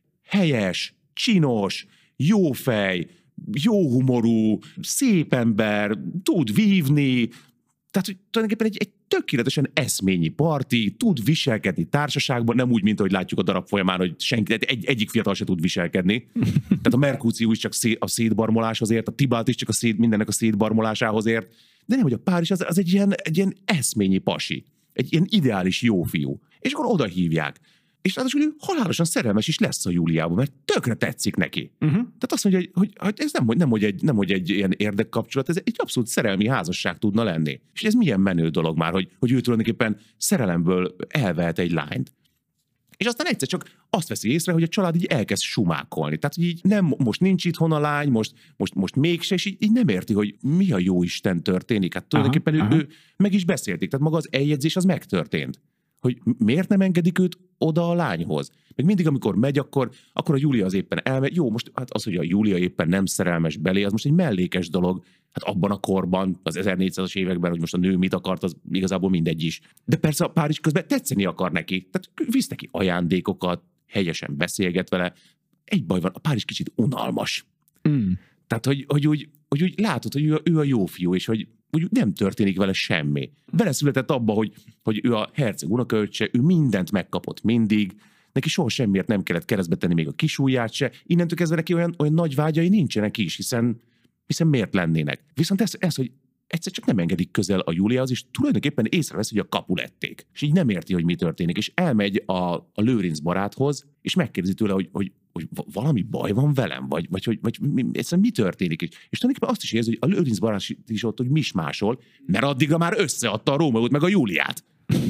helyes, csinos, jófej, jóhumorú, szép ember, tud vívni, tehát, hogy tulajdonképpen egy, egy tökéletesen eszményi parti, tud viselkedni társaságban, nem úgy, mint ahogy látjuk a darab folyamán, hogy senki, egy, egyik fiatal se tud viselkedni. Tehát a Merkúció is csak szé, a szétbarmoláshoz ért, a Tibalt is csak a szét, mindennek a szétbarmolásához ért, de nem, hogy a Párizs az, az egy, ilyen, egy ilyen eszményi pasi, egy ilyen ideális jó fiú. És akkor oda hívják. És ráadásul ő halálosan szerelmes is lesz a Júliában, mert tökre tetszik neki. Uh-huh. Tehát azt mondja, hogy, hogy, hogy ez nem, nem, hogy egy, nem hogy egy ilyen érdekkapcsolat, ez egy abszolút szerelmi házasság tudna lenni. És ez milyen menő dolog már, hogy, hogy ő tulajdonképpen szerelemből elvehet egy lányt. És aztán egyszer csak azt veszi észre, hogy a család így elkezd sumákolni. Tehát így nem, most nincs itthon a lány, most, most, most mégse, és így, így nem érti, hogy mi a jó Isten történik. Hát tulajdonképpen aha, ő, aha. ő meg is beszélték, tehát maga az eljegyzés az megtörtént. Hogy miért nem engedik őt oda a lányhoz. Meg mindig, amikor megy, akkor, akkor a Júlia az éppen elmegy. Jó, most hát az, hogy a Júlia éppen nem szerelmes belé, az most egy mellékes dolog. Hát abban a korban, az ezernégyszázas években, hogy most a nő mit akart, az igazából mindegy is. De persze a Párizs közben tetszeni akar neki. Tehát visz neki ajándékokat, helyesen beszélget vele. Egy baj van, a Párizs kicsit unalmas. Mm. Tehát, hogy, hogy, úgy, hogy úgy látod, hogy ő a, ő a jó fiú, és hogy úgy nem történik vele semmi. Beleszületett abba, hogy, hogy ő a herceg unokaöccse, ő mindent megkapott mindig, neki soha semmiért nem kellett keresztbe tenni még a kisujját se, innentől kezdve neki olyan, olyan nagy vágyai nincsenek is, hiszen, hiszen miért lennének. Viszont ez, ez, hogy egyszer csak nem engedik közel a Júliához, és tulajdonképpen észrevesz, hogy a Capulették. És így nem érti, hogy mi történik. És elmegy a, a Lőrinc baráthoz, és megkérdezi tőle, hogy, hogy, hogy valami baj van velem, vagy, vagy, vagy, vagy mi, egyszerűen mi történik. És, és tulajdonképpen azt is érzi, hogy a Lőrinc barát is ott, hogy mismásol, mert addigra már összeadta a Rómeót meg a Júliát.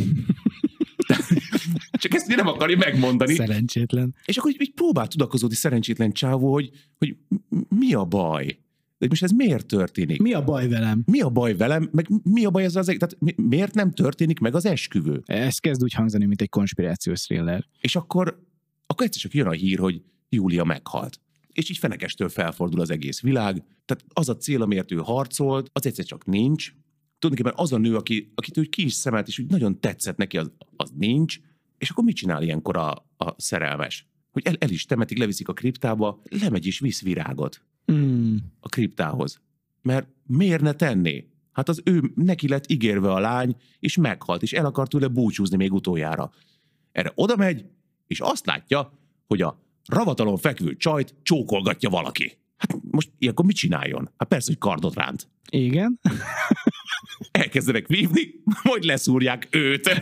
Csak ezt nem akarja megmondani. Szerencsétlen. És akkor így, így próbál tudakozódni szerencsétlen csávó, hogy, hogy mi a baj? De most ez miért történik? Mi a baj velem? Mi a baj velem? Meg mi a baj ezzel az egész? Tehát miért nem történik meg az esküvő? Ez kezd úgy hangzani, mint egy konspirációs thriller. És akkor, akkor egyszer csak jön a hír, hogy Júlia meghalt. És így fenekestől felfordul az egész világ. Tehát az a cél, amiért ő harcolt, az egyszer csak nincs. Tulajdonképpen az a nő, aki, akit ő ki is szemelt, és úgy nagyon tetszett neki, az, az nincs. És akkor mit csinál ilyenkor a, a szerelmes? Hogy el, el is temetik, leviszik a kriptába, lemegy és visz virágot. Mm. A kriptához. Mert miért ne tenné? Hát az ő, neki lett ígérve a lány, és meghalt, és el akart tőle búcsúzni még utoljára. Erre oda megy, és azt látja, hogy a ravatalon fekvő csajt csókolgatja valaki. Hát most ilyenkor mit csináljon? Hát persze, hogy kardot ránt. Igen. Elkezdenek vívni, majd leszúrják őt.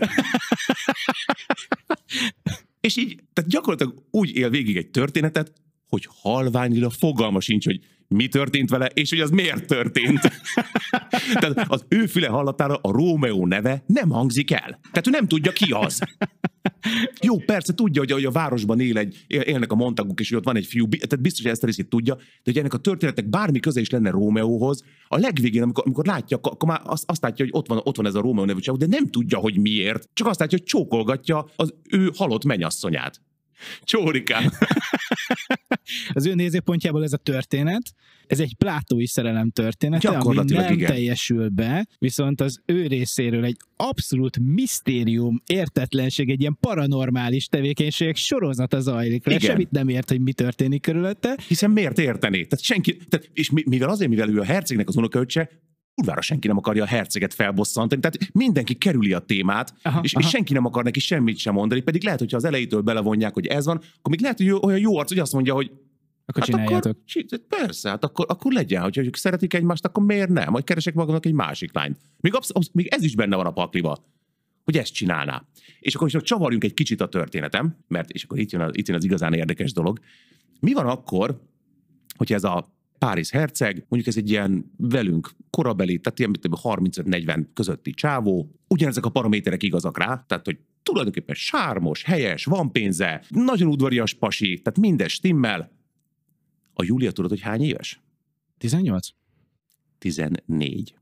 És így, tehát gyakorlatilag úgy él végig egy történetet, hogy halványilag fogalma sincs, hogy mi történt vele, és hogy az miért történt. Tehát az ő füle hallatára a Rómeó neve nem hangzik el. Tehát ő nem tudja, ki az. Jó, persze tudja, hogy a városban él egy, élnek a Montaguk, és hogy ott van egy fiú, tehát biztos, hogy ezt a részét tudja, de hogy ennek a történetnek bármi köze is lenne Rómeóhoz, a legvégén, amikor, amikor látja, akkor már azt, azt látja, hogy ott van, ott van ez a Rómeó nevű csávó, de nem tudja, hogy miért. Csak azt látja, hogy csókolgatja az ő halott mennyasszonyát. Csórikám. Az ő nézőpontjából ez a történet, ez egy plátói szerelem története, ami nem igen. teljesül be, viszont az ő részéről egy abszolút misztérium, értetlenség, egy ilyen paranormális tevékenység sorozata zajlik le, semmit nem ért, hogy mi történik körülötte. Hiszen miért értené? Tehát senki, tehát, és mivel azért, mivel ő a hercegnek az unokaöccse, kurvára senki nem akarja a herceget felbosszantani, tehát mindenki kerüli a témát, aha, és, aha. és senki nem akar neki semmit sem mondani, pedig lehet, hogyha az elejétől belevonják, hogy ez van, akkor még lehet, hogy olyan jó arc, hogy azt mondja, hogy akkor hát csináljátok. Akkor, persze, hát akkor, akkor legyen, hogyha ők szeretik egymást, akkor miért nem? Majd keresek magamnak egy másik lányt. Még, absz- absz- még ez is benne van a pakliba, hogy ezt csinálná. És akkor is csavarjunk egy kicsit a történetem, mert és akkor itt jön, az, itt jön az igazán érdekes dolog. Mi van akkor, hogyha ez a Paris herceg, mondjuk ez egy ilyen velünk korabeli, tehát ilyen harmincöt-negyven közötti csávó, ugyanezek a paraméterek igazak rá, tehát hogy tulajdonképpen sármos, helyes, van pénze, nagyon udvarias pasi, tehát minden stimmel. A Júlia tudod, hogy hány éves? tizennyolc? tizennégy.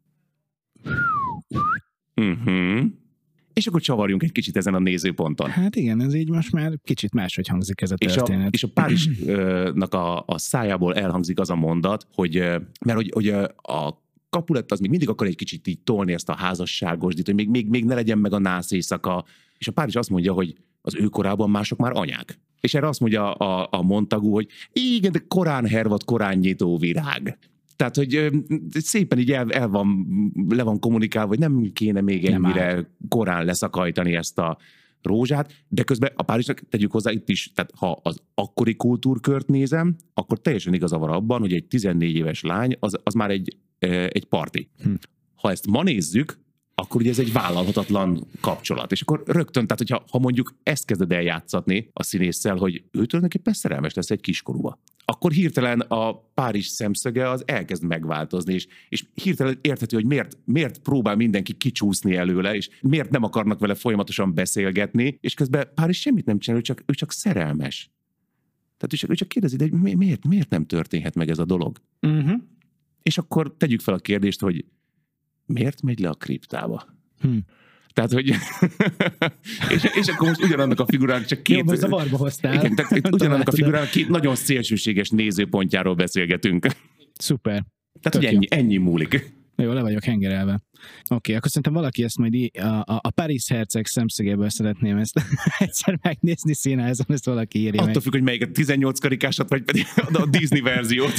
Uh-huh. És akkor csavarjunk egy kicsit ezen a nézőponton. Hát igen, ez így most már kicsit máshogy hangzik ez a történet. És a, és a Párizsnak a, a szájából elhangzik az a mondat, hogy, mert hogy, hogy a Capulet az még mindig akar egy kicsit így tolni ezt a házasságosdit, hogy még, még, még ne legyen meg a nász éjszaka. És a Párizs azt mondja, hogy az ő korában mások már anyák. És erre azt mondja a, a Montagu, hogy igen, de korán hervad, korán nyitó virág. Tehát, hogy szépen így el, el van, le van kommunikálva, hogy nem kéne még ennyire nem korán leszakajtani ezt a rózsát, de közben a Párizsnak tegyük hozzá itt is, tehát ha az akkori kultúrkört nézem, akkor teljesen igaza van abban, hogy egy tizennégy éves lány az, az már egy, egy parti. Hm. Ha ezt ma nézzük, akkor ugye ez egy vállalhatatlan kapcsolat. És akkor rögtön, tehát hogyha ha mondjuk ezt kezded eljátszatni a színésszel, hogy ő tulajdonképpen szerelmes lesz egy kiskorúba, akkor hirtelen a Párizs szemszöge az elkezd megváltozni, és, és hirtelen érthető, hogy miért, miért próbál mindenki kicsúszni előle, és miért nem akarnak vele folyamatosan beszélgetni, és közben Párizs semmit nem csinál, ő csak, ő csak szerelmes. Tehát ő csak, ő csak kérdezi, de mi, miért, miért nem történhet meg ez a dolog? Uh-huh. És akkor tegyük fel a kérdést, hogy miért megy le a kriptába? Hm. Tehát, hogy... és, és akkor most ugyanannak a figurának csak két... Jó, most zavarba hoztál. Igen, tehát ugyanannak a figurának két nagyon szélsőséges nézőpontjáról beszélgetünk. Szuper. Tehát, hogy ennyi, ennyi múlik. Jó, le vagyok hengerelve. Oké, okay, akkor szerintem valaki ezt majd í- a, a, a Paris herceg szemszögéből szeretném ezt egyszer megnézni színházon, ezt valaki írja Attól meg. Attól függ, hogy melyiket tizennyolc karikásat, vagy pedig a Disney verziót.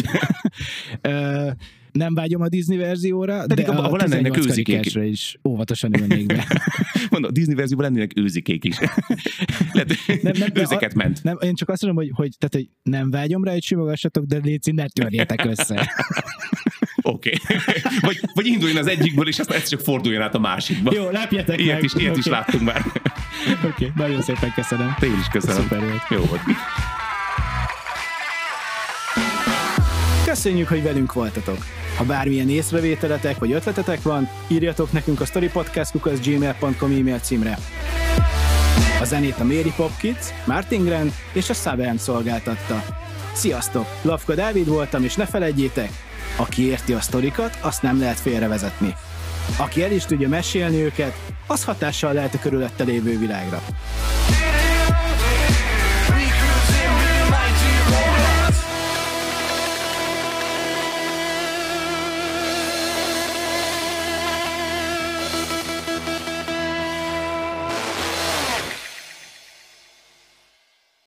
Ö, nem vágyom a Disney verzióra, pedig de a, a tizennyolc karikásra is óvatosan ülnék be. Mondom, a Disney verzióban lennének őzikék is. Lehet, nem, nem, őzeket nem, ment. Nem, én csak azt mondom, hogy, hogy, tehát, hogy nem vágyom rá, hogy simogassatok, de légy, ne törjétek össze. Oké. Okay. Vagy, vagy induljon az egyikből, és aztán ez csak forduljon át a másikba. Jó, lepjetek ilyet meg. Is, ilyet okay. is láttunk már. Oké, okay. Nagyon szépen köszönöm. Én is köszönöm. Szuper volt. Jó volt. Köszönjük, hogy velünk voltatok! Ha bármilyen észrevételetek vagy ötletetek van, írjatok nekünk a storypodcast kukac gmail pont com e-mail címre. A zenét a Mary Pop Kids, Martin Grant és a Savern szolgáltatta. Sziasztok! Lavka Dávid voltam, és ne feledjétek, aki érti a sztorikat, azt nem lehet félrevezetni. Aki el is tudja mesélni őket, az hatással lehet a körülötte lévő világra.